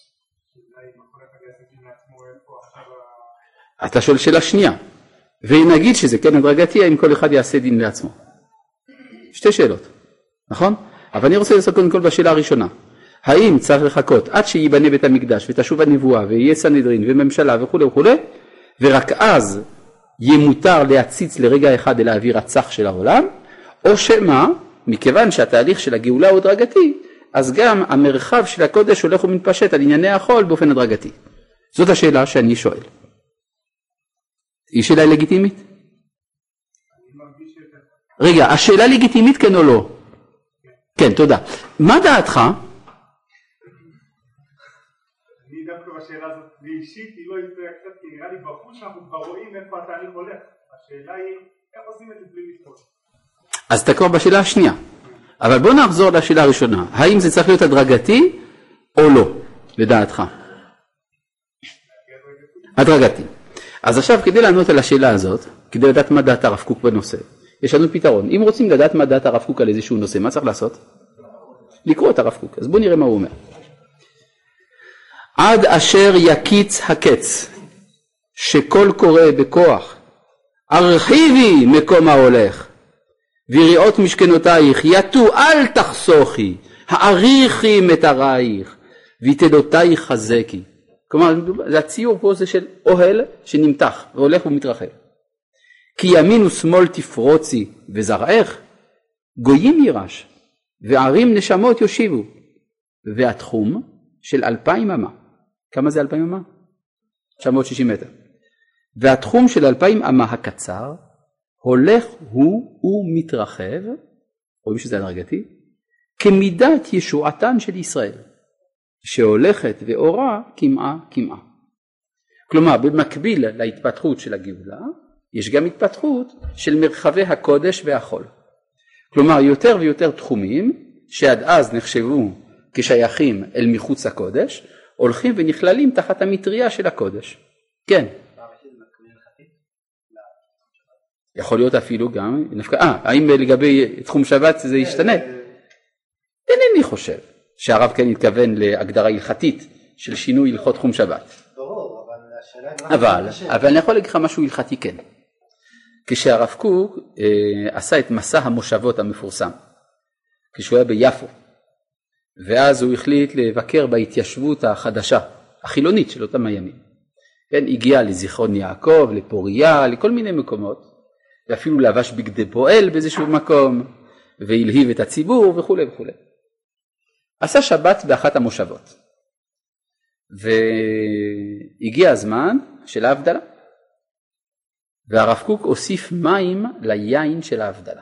אתה שואל שאלה שנייה, ונגיד שזה כן הדרגתי, האם כל אחד יעשה דין לעצמו. שתי שאלות, נכון? אבל אני רוצה לעשות קודם כל בשאלה הראשונה. האם צריך לחכות עד שיבנה בית המקדש ותשוב הנבואה ויהיה סנהדרין וממשלה וכו' וכו', ורק אז יהיה מותר להציץ לרגע אחד אל האוויר הצח של העולם, או שמה, מכיוון שהתהליך של הגאולה הוא הדרגתי, אז גם המרחב של הקודש הולך ומתפשט על ענייני החול באופן הדרגתי. זאת השאלה שאני שואל. היא שאלה לגיטימית? רגע, השאלה לגיטימית כן או לא? כן, תודה. מה דעתך? אני דווקא בשאלה הזאת, לי אישית, היא לא יפה קצת, כי נראה לי בחוץ שאנחנו כבר רואים איפה התהליך הולך. השאלה היא, איך עושים את זה בלי לפעול? אז אתה כבר בשאלה השנייה. אבל בוא נחזור לשאלה הראשונה. האם זה צריך להיות הדרגתי או לא, לדעתך? הדרגתי. אז עכשיו כדי לענות על השאלה הזאת, כדי לדעת מה דעת הרב קוק בנושא, יש לנו פתרון. אם רוצים לדעת מה דעת הרב קוק על איזשהו נושא, מה צריך לעשות? לקרוא את הרב קוק. אז בואו נראה מה הוא אומר. עד אשר יקיץ הקץ, שכל קורא בכוח, הרחיבי מקום ההולך, ויריעות משכנותייך, יתו אל תחסוכי, העריכי מטרייך, ויתדותייך חזקי. כלומר, הציור פה זה של אוהל שנמתח והולך ומתרחב. כי ימין ושמאל תפרוצי וזרעך, גויים יירש, וערים נשמות יושיבו, והתחום של אלפיים אמה. כמה זה אלפיים אמה? תשע מאות ושישים מטר. והתחום של אלפיים אמה הקצר, הולך הוא ומתרחב, רואים שזה הדרגתי, כמידת ישועתן של ישראל, שהולכת ואורה כמעה כמעה. כלומר, במקביל להתפתחות של הגאולה, יש גם התפתחות של מרחבי הקודש והחול. כלומר, יותר ויותר תחומים שעד אז נחשבו כשייכים אל מחוץ הקודש, הולכים ונכללים תחת המטריה של הקודש. כן. יכול להיות אפילו גם, אה, האם לגבי תחום שבת זה ישתנה? אינני חושב שהרב כן התכוון להגדרה הלכתית של שינוי הלכות תחום שבת. אבל, אבל אני יכול להגיד לך משהו הלכתי כן. כשהרב קוק אה, עשה את מסע המושבות המפורסם, כשהוא היה ביפו, ואז הוא החליט לבקר בהתיישבות החדשה, החילונית של אותם הימים. כן, הגיע לזיכרון יעקב, לפוריה, לכל מיני מקומות, ואפילו לבש בגדי פועל באיזשהו מקום, והלהיב את הציבור וכו' וכו'. עשה שבת באחת המושבות, והגיע הזמן של ההבדלה, והרב קוק הוסיף מים ליין של ההבדלה.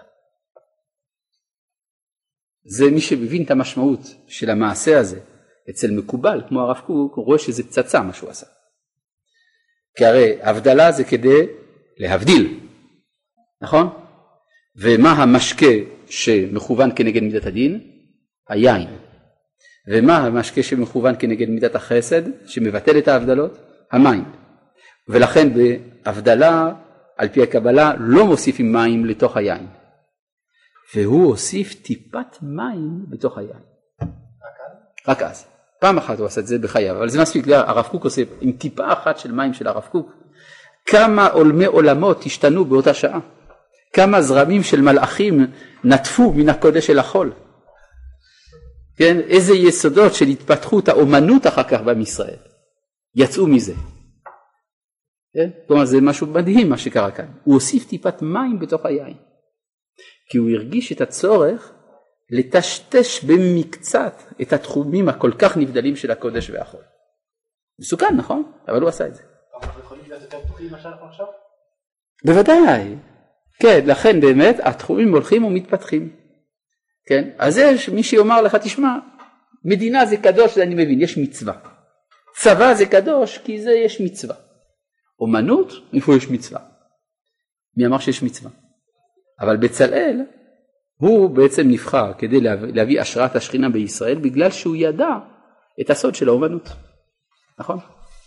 זה מי שמבין את המשמעות של המעשה הזה אצל מקובל, כמו הרב קוק, הוא רואה שזה פצצה מה שהוא עשה. כי הרי ההבדלה זה כדי להבדיל, נכון? ומה המשקה שמכוון כנגד מידת הדין? היין. ומה המשקה שמכוון כנגד מידת החסד, שמבטל את ההבדלות? המים. ולכן בהבדלה, על פי הקבלה, לא מוסיפים מים לתוך היין. והוא הוסיף טיפת מים בתוך היין. רק אז. פעם אחת הוא עשה את זה בחייו, אבל זה מספיק, הרב קוק עושה עם טיפה אחת של מים של הרב קוק. כמה עולמי עולמות השתנו באותה שעה. כמה זרמים של מלאכים נטפו מן הקודש אל החול. כן? איזה יסודות של התפתחות האומנות אחר כך בעם ישראל יצאו מזה. כן? כלומר זה משהו מדהים מה שקרה כאן. הוא הוסיף טיפת מים בתוך היין. כי הוא הרגיש את הצורך לטשטש במקצת את התחומים הכל כך נבדלים של הקודש והחול. מסוכן, נכון? אבל הוא עשה את זה. אנחנו יכולים להיות יותר פתוחים מה שאנחנו עכשיו? בוודאי. כן, לכן באמת התחומים הולכים ומתפתחים. כן? אז יש מי שיאמר לך, תשמע, מדינה זה קדוש, זה אני מבין, יש מצווה. צבא זה קדוש, כי זה יש מצווה. אומנות, איפה יש מצווה? מי אמר שיש מצווה? אבל בצלאל, הוא בעצם נבחר כדי להביא השראת השכינה בישראל, בגלל שהוא ידע את הסוד של האומנות. נכון?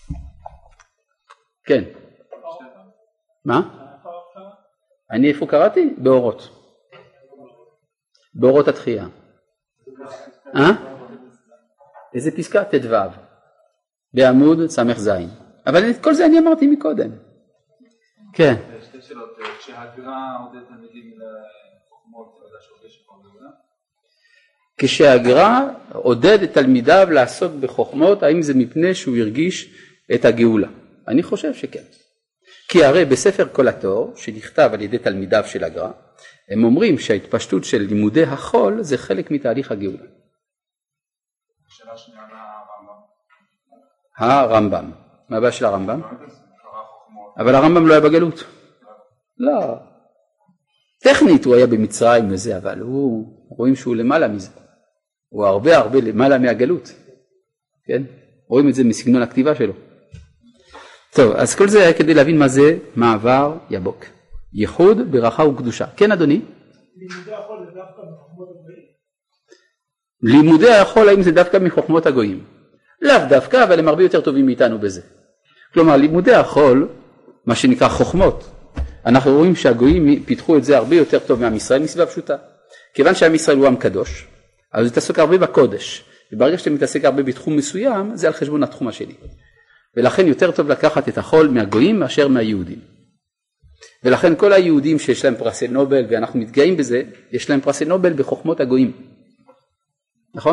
כן. מה? אני איפה קראתי? באורות. באורות התחייה. אה? איזה פסקה? תדו. בעמוד סמך זין. אבל את כל זה אני אמרתי מקודם. כן. שתי שאלות. כשהגר"א עודד תלמידים לחוכמות, אתה יודע שעובד שפה גאולה? כשהגר"א עודד את תלמידיו לעסוק בחוכמות, האם זה מפני שהוא הרגיש את הגאולה? אני חושב שכן. כי הרי בספר כל התור, שנכתב על ידי תלמידיו של הגר"א, הם אומרים שההתפשטות של לימודי החול זה חלק מתהליך הגאולה. שאלה שנייה הרמב"ם. הרמב"ם. מה הבעיה של הרמב"ם? אבל הרמב"ם לא היה בגלות. לא. טכנית הוא היה במצרים וזה, אבל הוא, רואים שהוא למעלה מזה. הוא הרבה הרבה למעלה מהגלות. כן? רואים את זה מסגנון הכתיבה שלו. טוב, אז כל זה היה כדי להבין מה זה מעבר יבוק. ייחוד, ברכה וקדושה. כן, אדוני? לימודי החול זה דווקא מחוכמות הגויים. לימודי החול, האם זה דווקא מחוכמות הגויים? לאו דווקא, אבל הם הרבה יותר טובים מאיתנו בזה. כלומר, לימודי החול, מה שנקרא חוכמות, אנחנו רואים שהגויים פיתחו את זה הרבה יותר טוב מעם ישראל, מסיבה פשוטה. כיוון שעם ישראל הוא עם קדוש, אז הוא מתעסק הרבה בקודש, וברגע שאתה מתעסק הרבה בתחום מסוים, זה על חשבון התחום השני. ולכן יותר טוב לקחת את החול מהגויים מאשר מהיהודים. ולכן כל היהודים שיש להם פרסי נובל, ואנחנו מתגאים בזה, יש להם פרסי נובל בחוכמות הגויים. נכון?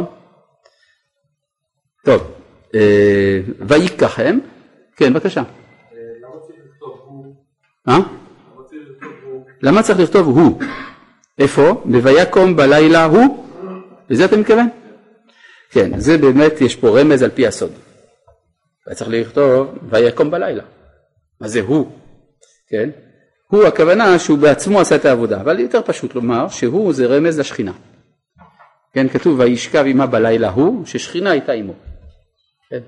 טוב, אה, ויקחם, כן, בבקשה. למה צריך לכתוב הוא? אה? למה צריך לכתוב הוא? למה צריך לכתוב הוא? איפה? בויקום בלילה הוא? לזה אתה מתכוון? כן, זה באמת, יש פה רמז על פי הסוד. צריך לכתוב ויקום בלילה. מה זה הוא? כן? הוא הכוונה שהוא בעצמו עשה את העבודה, אבל יותר פשוט לומר שהוא זה רמז לשכינה. כן, כתוב וישכב עמה בלילה הוא, ששכינה הייתה עמו. כן.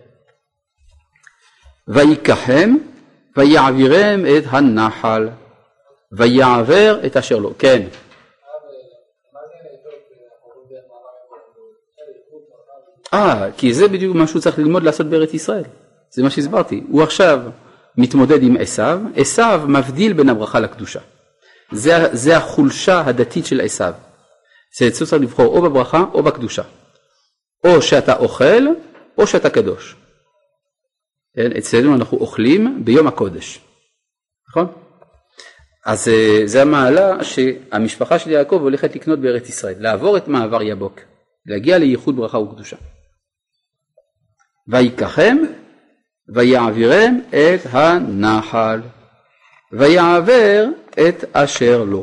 ויקחם ויעבירם את הנחל ויעבר את אשר לו. כן. אה, כי זה בדיוק מה שהוא צריך ללמוד לעשות בארץ ישראל. זה מה שהסברתי. הוא עכשיו מתמודד עם עשיו, עשיו מבדיל בין הברכה לקדושה. זה, זה החולשה הדתית של עשיו. זה צריך לבחור או בברכה או בקדושה. או שאתה אוכל או שאתה קדוש. אצלנו אנחנו אוכלים ביום הקודש. נכון? אז זה המעלה שהמשפחה של יעקב הולכת לקנות בארץ ישראל. לעבור את מעבר יבוק. להגיע לייחוד ברכה וקדושה. ויקחם ויעבירם את הנחל ויעבר את אשר לו.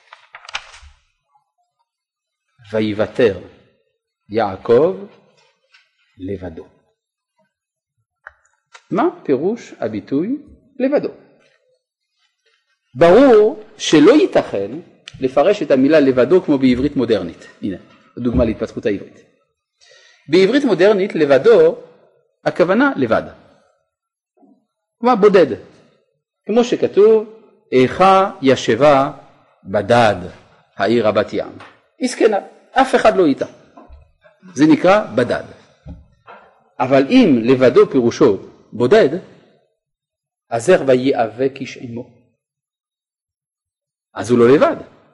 ויוותר יעקב לבדו. מה פירוש הביטוי לבדו? ברור שלא ייתכן לפרש את המילה לבדו כמו בעברית מודרנית. הנה, דוגמה להתפתחות העברית. בעברית מודרנית לבדו הכוונה לבד. כלומר בודד. כמו שכתוב איכה ישבה בדד העיר רבת ים. מסכנה, אף אחד לא איתה. זה נקרא בדד. אבל אם לבדו פירושו בודד, אז איך ויאבק איש עמו? אז הוא לא לבד.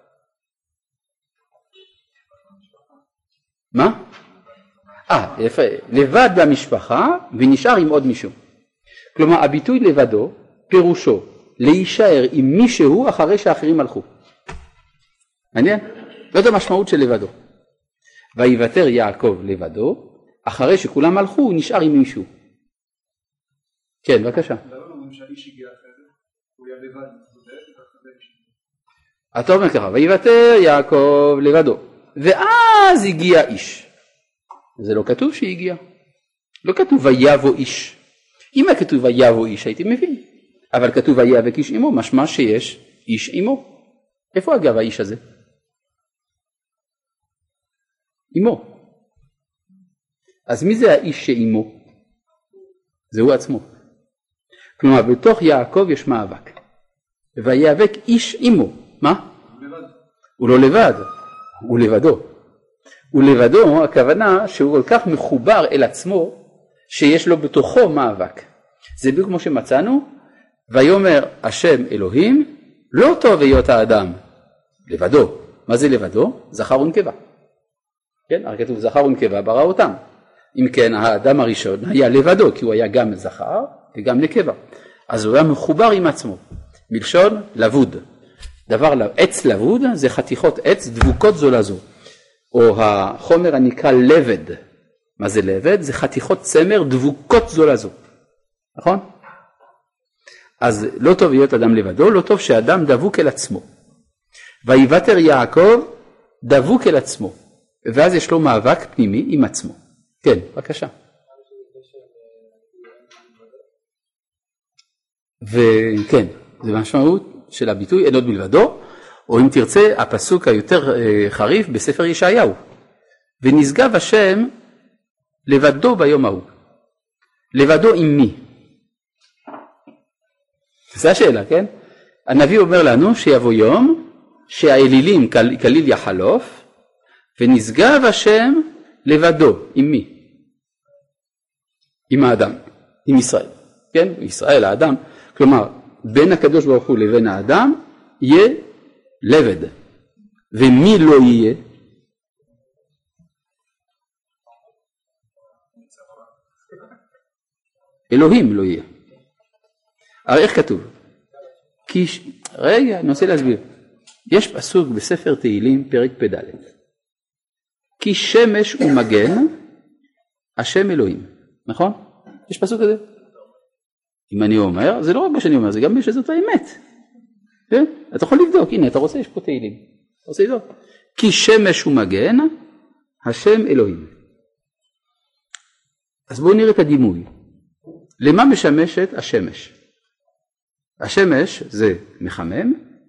מה? אה, יפה. לבד במשפחה ונשאר עם עוד מישהו. כלומר, הביטוי לבדו פירושו להישאר עם מישהו אחרי שאחרים הלכו. מעניין? זאת המשמעות של לבדו. ויוותר יעקב לבדו, אחרי שכולם הלכו הוא נשאר עם מישהו. כן, בבקשה. למה אומרים שהאיש הגיע אחרי זה? הוא היה לבד, אתה אומר ככה, ויוותר יעקב לבדו, ואז הגיע איש. זה לא כתוב שהגיע. לא כתוב ויבוא איש. אם היה כתוב ויבוא איש הייתי מבין. אבל כתוב ויאבק איש עמו, משמע שיש איש עמו. איפה אגב האיש הזה? עמו. אז מי זה האיש שעמו? זהו עצמו. כלומר, בתוך יעקב יש מאבק. ויאבק איש עמו. מה? הוא לא לבד. הוא לבדו. הוא לבדו, הכוונה שהוא כל כך מחובר אל עצמו, שיש לו בתוכו מאבק. זה בדיוק כמו שמצאנו, ויאמר השם אלוהים, לא טוב היות האדם לבדו. מה זה לבדו? זכר ונקבה. כן, הרי כתוב זכר ונקבה ברא אותם. אם כן, האדם הראשון היה לבדו, כי הוא היה גם זכר וגם נקבה. אז הוא היה מחובר עם עצמו. מלשון לבוד. דבר, עץ לבוד זה חתיכות עץ דבוקות זו לזו. או החומר הנקרא לבד. מה זה לבד? זה חתיכות צמר דבוקות זו לזו. נכון? אז לא טוב להיות אדם לבדו, לא טוב שאדם דבוק אל עצמו. ויוותר יעקב דבוק אל עצמו. ואז יש לו מאבק פנימי עם עצמו. כן, בבקשה. וכן, זה משמעות של הביטוי אין עוד מלבדו, או אם תרצה, הפסוק היותר חריף בספר ישעיהו. ונשגב השם לבדו ביום ההוא. לבדו עם מי? זו השאלה, כן? הנביא אומר לנו שיבוא יום שהאלילים כליל יחלוף, ונשגב השם לבדו. עם מי? עם האדם, עם ישראל. כן? ישראל, האדם. כלומר, בין הקדוש ברוך הוא לבין האדם יהיה לבד. ומי לא יהיה? אלוהים לא יהיה. הרי איך כתוב? כי... רגע, אני רוצה להסביר. יש פסוק בספר תהילים, פרק פ"ד. כי שמש ומגן, השם אלוהים. נכון? יש פסוק כזה? אם אני אומר, זה לא רק מה שאני אומר, זה גם שזאת האמת. כן? אתה יכול לבדוק, הנה, אתה רוצה, יש פה תהילים. אתה רוצה לבדוק. כי שמש ומגן, השם אלוהים. אז בואו נראה את הדימוי. למה משמשת השמש? השמש זה מחמם,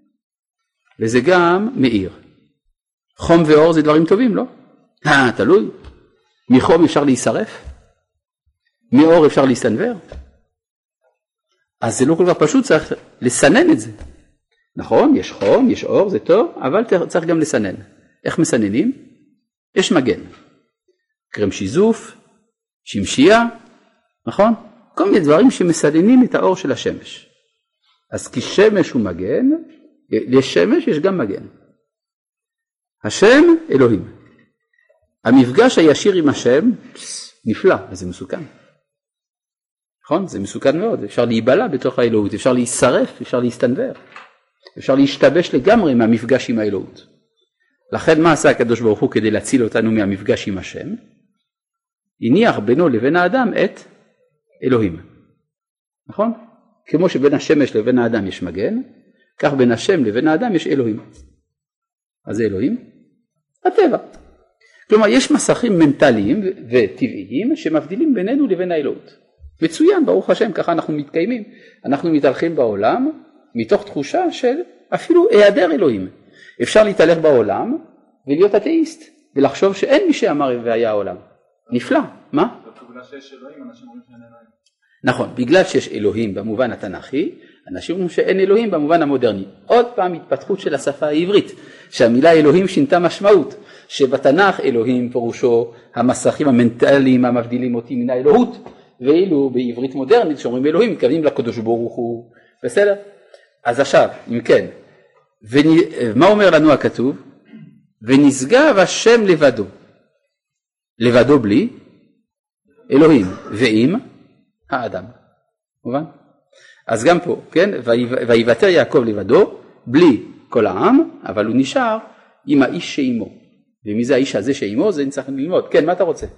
וזה גם מאיר. חום ואור זה דברים טובים, לא? אה, תלוי. מחום אפשר להישרף? מאור אפשר להסתנוור? אז זה לא כל כך פשוט, צריך לסנן את זה. נכון, יש חום, יש אור, זה טוב, אבל צריך גם לסנן. איך מסננים? יש מגן. קרם שיזוף, שמשייה, נכון? כל מיני דברים שמסננים את האור של השמש. אז כי שמש הוא מגן, לשמש יש גם מגן. השם אלוהים. המפגש הישיר עם השם נפלא, וזה מסוכן. נכון? זה מסוכן מאוד, אפשר להיבלע בתוך האלוהות, אפשר להישרף, אפשר להסתנוור, אפשר להשתבש לגמרי מהמפגש עם האלוהות. לכן מה עשה הקדוש ברוך הוא כדי להציל אותנו מהמפגש עם השם? הניח בינו לבין האדם את אלוהים. נכון? כמו שבין השמש לבין האדם יש מגן, כך בין השם לבין האדם יש אלוהים. אז זה אלוהים? הטבע. כלומר, יש מסכים מנטליים וטבעיים שמבדילים בינינו לבין האלוהות. מצוין, ברוך השם, ככה אנחנו מתקיימים. אנחנו מתהלכים בעולם מתוך תחושה של אפילו היעדר אלוהים. אפשר להתהלך בעולם ולהיות אתאיסט, ולחשוב שאין מי שאמר והיה העולם. נפלא, מה? בגלל שיש אלוהים, אנשים אומרים שאין אלוהים. נכון, בגלל שיש אלוהים במובן התנ"כי, אנשים אומרים שאין אלוהים במובן המודרני. עוד פעם התפתחות של השפה העברית, שהמילה אלוהים שינתה משמעות, שבתנ"ך אלוהים פירושו המסכים המנטליים המבדילים אותי מן האלוהות, ואילו בעברית מודרנית שאומרים אלוהים מתכוונים לקדוש ברוך הוא, בסדר? אז עכשיו, אם כן, ומה אומר לנו הכתוב? ונשגב השם לבדו, לבדו בלי אלוהים, ועם האדם, מובן? אז גם פה, כן, ויוותר יעקב לבדו, בלי כל העם, אבל הוא נשאר עם האיש שעימו. ומי זה האיש הזה שעימו? זה נצטרך ללמוד. כן, מה אתה רוצה?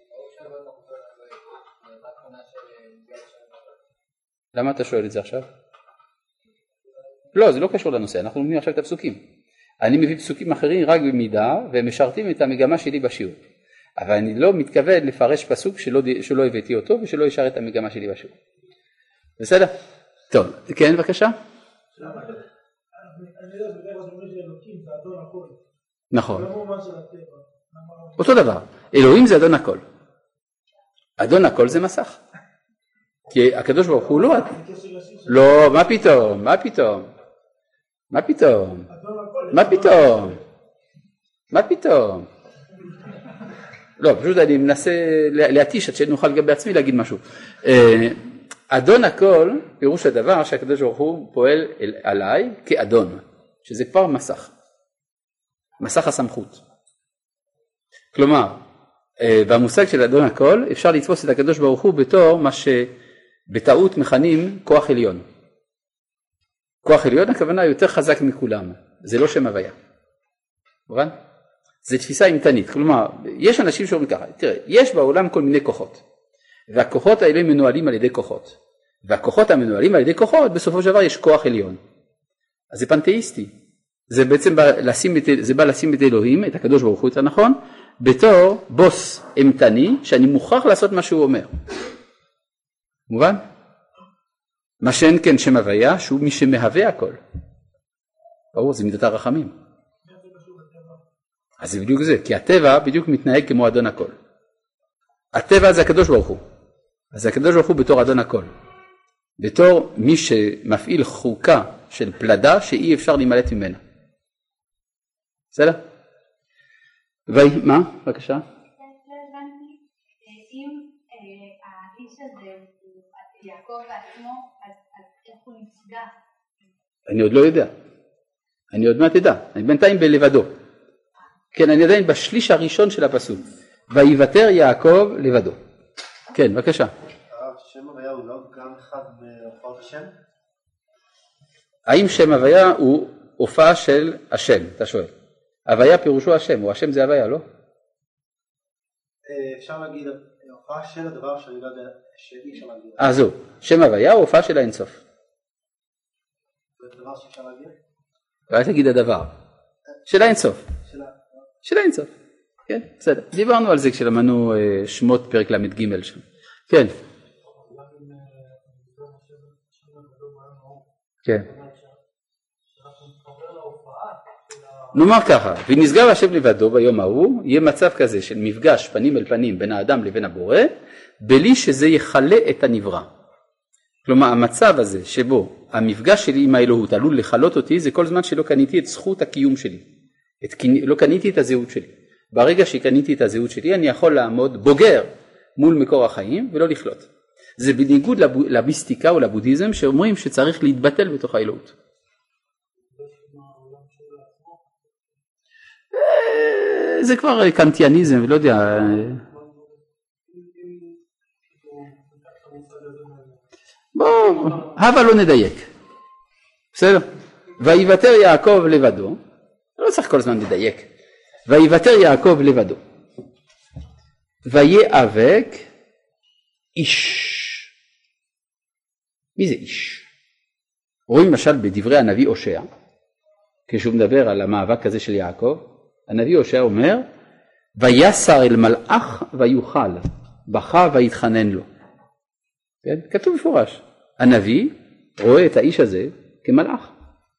למה אתה שואל את זה עכשיו? לא, זה לא קשור לנושא, אנחנו לומדים עכשיו את הפסוקים. אני מביא פסוקים אחרים רק במידה, והם משרתים את המגמה שלי בשיעור. אבל אני לא מתכוון לפרש פסוק שלא, שלא הבאתי אותו, ושלא ישרת את המגמה שלי בשיעור. בסדר? טוב, כן, בבקשה. אני יודע, בדרך כלל אומרים שאלוקים זה אדון הכל. נכון. זה לא מובן של הטבע. אותו דבר, אלוהים זה אדון הכל. אדון הכל זה מסך. כי הקדוש ברוך הוא לא... לא, מה פתאום, מה פתאום? מה פתאום? מה פתאום? מה פתאום? לא, פשוט אני מנסה להתיש עד שנוכל גם בעצמי להגיד משהו. אדון הכל, פירוש הדבר שהקדוש ברוך הוא פועל עליי כאדון, שזה כבר מסך. מסך הסמכות. כלומר, במושג של אדון הכל אפשר לתפוס את הקדוש ברוך הוא בתור מה שבטעות מכנים כוח עליון. כוח עליון הכוונה יותר חזק מכולם, זה לא שם הוויה. מובן? זה תפיסה אימתנית, כלומר, יש אנשים שאומרים ככה, תראה, יש בעולם כל מיני כוחות, והכוחות האלה מנוהלים על ידי כוחות, והכוחות המנוהלים על ידי כוחות, בסופו של דבר יש כוח עליון. אז זה פנתאיסטי, זה בעצם בא לשים את, זה בא לשים את אלוהים, את הקדוש ברוך הוא, את הנכון, בתור בוס אימתני, שאני מוכרח לעשות מה שהוא אומר. מובן? מה שאין כן שם הוויה, שהוא מי שמהווה הכל. ברור, זה מידת הרחמים. אז זה בדיוק זה, כי הטבע בדיוק מתנהג כמו אדון הכל. הטבע זה הקדוש ברוך הוא. אז הקדוש ברוך הוא בתור אדון הכל. בתור מי שמפעיל חוקה של פלדה שאי אפשר להימלט ממנה. בסדר? ומה? בבקשה. אם האיש הזה הוא יעקב בעצמו, אז איך הוא נפגע? אני עוד לא יודע. אני עוד מעט אדע. אני בינתיים בלבדו. כן, אני עדיין בשליש הראשון של הפסוק. ויוותר יעקב לבדו. כן, בבקשה. הרב, שם הוויה הוא לא גם אחד בהופעות השם? האם שם הוויה הוא הופעה של השם, אתה שואל? הוויה פירושו השם, או השם זה הוויה, לא? אפשר להגיד, הופעה של הדבר שאני לא יודע, שאי אפשר להגיד. אה, זו. שם הוויה הוא הופעה של האינסוף. זה דבר שאפשר להגיד? ואל תגיד הדבר. של האינסוף. של האינסוף. כן, בסדר. דיברנו על זה כשלמדנו שמות פרק למד ג' שם. כן. כן. נאמר ככה, ונשגב השם לבדו ביום ההוא, יהיה מצב כזה של מפגש פנים אל פנים בין האדם לבין הבורא, בלי שזה יחלה את הנברא. כלומר, המצב הזה שבו המפגש שלי עם האלוהות עלול לחלות אותי, זה כל זמן שלא קניתי את זכות הקיום שלי. את, לא קניתי את הזהות שלי. ברגע שקניתי את הזהות שלי, אני יכול לעמוד בוגר מול מקור החיים ולא לחלות. זה בניגוד למיסטיקה או לבודהיזם שאומרים שצריך להתבטל בתוך האלוהות. זה כבר קנטיאניזם, לא יודע. בוא, הבה לא נדייק. בסדר? ויוותר יעקב לבדו, לא צריך כל הזמן לדייק. ויוותר יעקב לבדו. ויאבק איש. מי זה איש? רואים למשל בדברי הנביא הושע, כשהוא מדבר על המאבק הזה של יעקב, הנביא הושע אומר, ויסר אל מלאך ויוכל, בכה ויתחנן לו. כן? כתוב מפורש. הנביא רואה את האיש הזה כמלאך.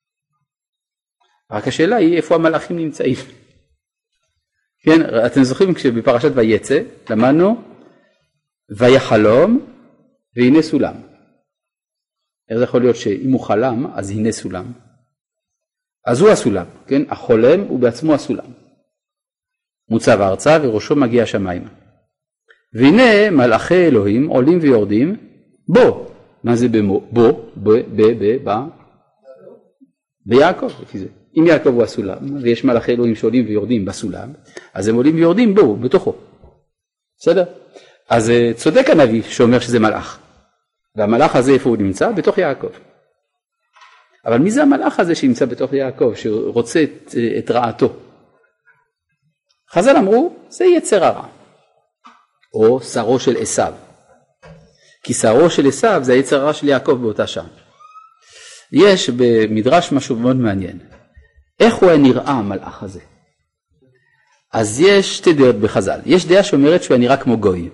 רק השאלה היא איפה המלאכים נמצאים. כן, אתם זוכרים כשבפרשת ויצא למדנו, ויחלום והנה סולם. איך זה יכול להיות שאם הוא חלם אז הנה סולם? אז הוא הסולם, כן? החולם הוא בעצמו הסולם. מוצב ארצה וראשו מגיע השמיים. והנה מלאכי אלוהים עולים ויורדים בו. מה זה במו? בו, ב, ב, ב, ב, ביעקב, לפי זה. אם יעקב הוא הסולם, ויש מלאכי אלוהים שעולים ויורדים בסולם, אז הם עולים ויורדים בו, בתוכו. בסדר? אז צודק הנביא שאומר שזה מלאך. והמלאך הזה איפה הוא נמצא? בתוך יעקב. אבל מי זה המלאך הזה שנמצא בתוך יעקב, שרוצה את, את רעתו? חז"ל אמרו, זה יצר הרע. או שרו של עשיו. כי שרו של עשיו זה היצר הרע של יעקב באותה שעה. יש במדרש משהו מאוד מעניין. איך הוא היה נראה המלאך הזה? אז יש שתי דעות בחז"ל. יש דעה שאומרת שהוא היה נראה כמו גוי.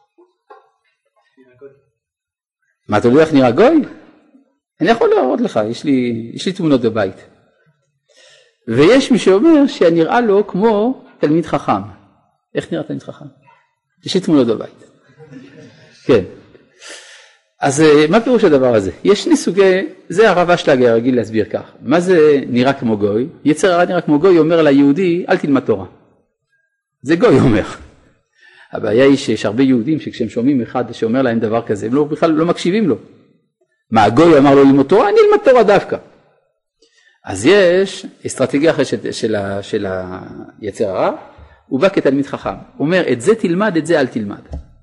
מה אתה יודע איך נראה גוי? אני יכול להראות לך, יש לי, יש לי תמונות בבית. ויש מי שאומר שנראה לו כמו תלמיד חכם. איך נראה תלמיד חכם? יש לי תמונות בבית. כן. אז מה פירוש הדבר הזה? יש שני סוגי, זה הרב אשלג רגיל להסביר כך. מה זה נראה כמו גוי? יצר הרע נראה כמו גוי, אומר ליהודי, אל תלמד תורה. זה גוי אומר. הבעיה היא שיש הרבה יהודים שכשהם שומעים אחד שאומר להם דבר כזה, הם לא, בכלל לא מקשיבים לו. מה, הגוי אמר לו ללמוד תורה? אני אלמד תורה דווקא. אז יש אסטרטגיה אחרת של, של, של היצר הרע, הוא בא כתלמיד חכם. הוא אומר, את זה תלמד, את זה אל תלמד.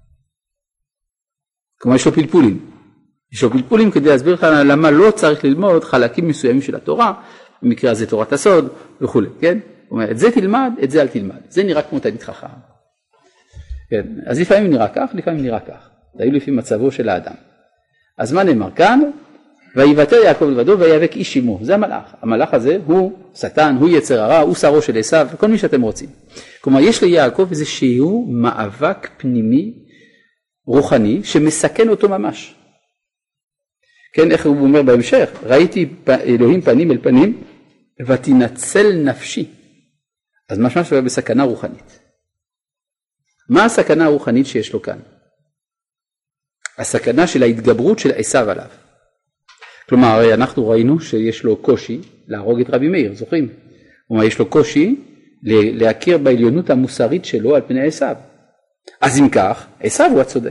כמו יש לו פלפולים. יש לו פלפולים כדי להסביר לך למה לא צריך ללמוד חלקים מסוימים של התורה, במקרה הזה תורת הסוד וכו'. כן? הוא אומר, את זה תלמד, את זה אל תלמד. זה נראה כמו תלמיד חכם. כן? אז לפעמים נראה כך, לפעמים נראה כך. זה היו לפי מצבו של האדם. אז מה נאמר כאן? ויוותר יעקב לבדו ויאבק איש עמו. זה המלאך. המלאך הזה הוא שטן, הוא יצר הרע, הוא שרו של עשיו, כל מי שאתם רוצים. כלומר, יש ליעקב איזשהו מאבק פנימי רוחני שמסכן אותו ממש. כן, איך הוא אומר בהמשך? ראיתי אלוהים פנים אל פנים ותנצל נפשי. אז משמע שהוא בסכנה רוחנית. מה הסכנה הרוחנית שיש לו כאן? הסכנה של ההתגברות של עשיו עליו. כלומר, הרי אנחנו ראינו שיש לו קושי להרוג את רבי מאיר, זוכרים? כלומר, יש לו קושי להכיר בעליונות המוסרית שלו על פני עשיו. אז אם כך, עשיו הוא הצודק.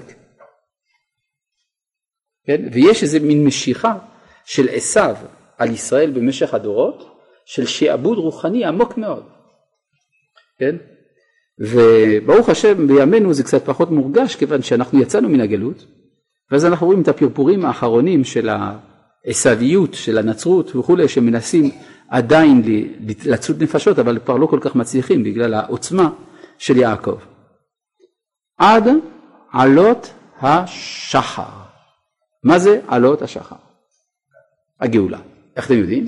כן? ויש איזה מין משיכה של עשיו על ישראל במשך הדורות, של שעבוד רוחני עמוק מאוד. כן? וברוך השם בימינו זה קצת פחות מורגש, כיוון שאנחנו יצאנו מן הגלות, ואז אנחנו רואים את הפרפורים האחרונים של העשוויות, של הנצרות וכו', שמנסים עדיין לצוד נפשות, אבל כבר לא כל כך מצליחים בגלל העוצמה של יעקב. עד עלות השחר. מה זה עלות השחר? הגאולה. איך אתם יודעים?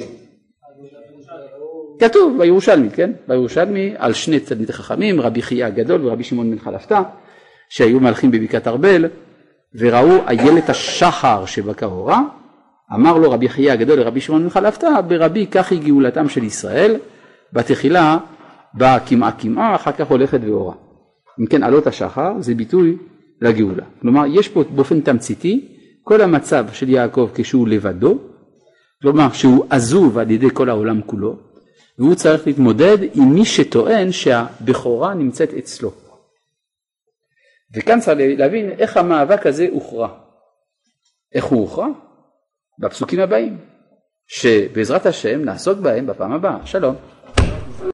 כתוב בירושלמי, כן? בירושלמי על שני תלמידי חכמים, רבי חייא הגדול ורבי שמעון בן חלפתא, שהיו מלכים בבקעת ארבל, וראו איילת השחר שבקרורה, אמר לו רבי חייא הגדול לרבי שמעון בן חלפתא, ברבי כך היא גאולתם של ישראל, בתחילה באה קמעה קמעה, אחר כך הולכת ואורה. אם כן עלות השחר זה ביטוי לגאולה. כלומר יש פה באופן תמציתי כל המצב של יעקב כשהוא לבדו, כלומר שהוא עזוב על ידי כל העולם כולו, והוא צריך להתמודד עם מי שטוען שהבכורה נמצאת אצלו. וכאן צריך להבין איך המאבק הזה הוכרע. איך הוא הוכרע? בפסוקים הבאים, שבעזרת השם נעסוק בהם בפעם הבאה. שלום.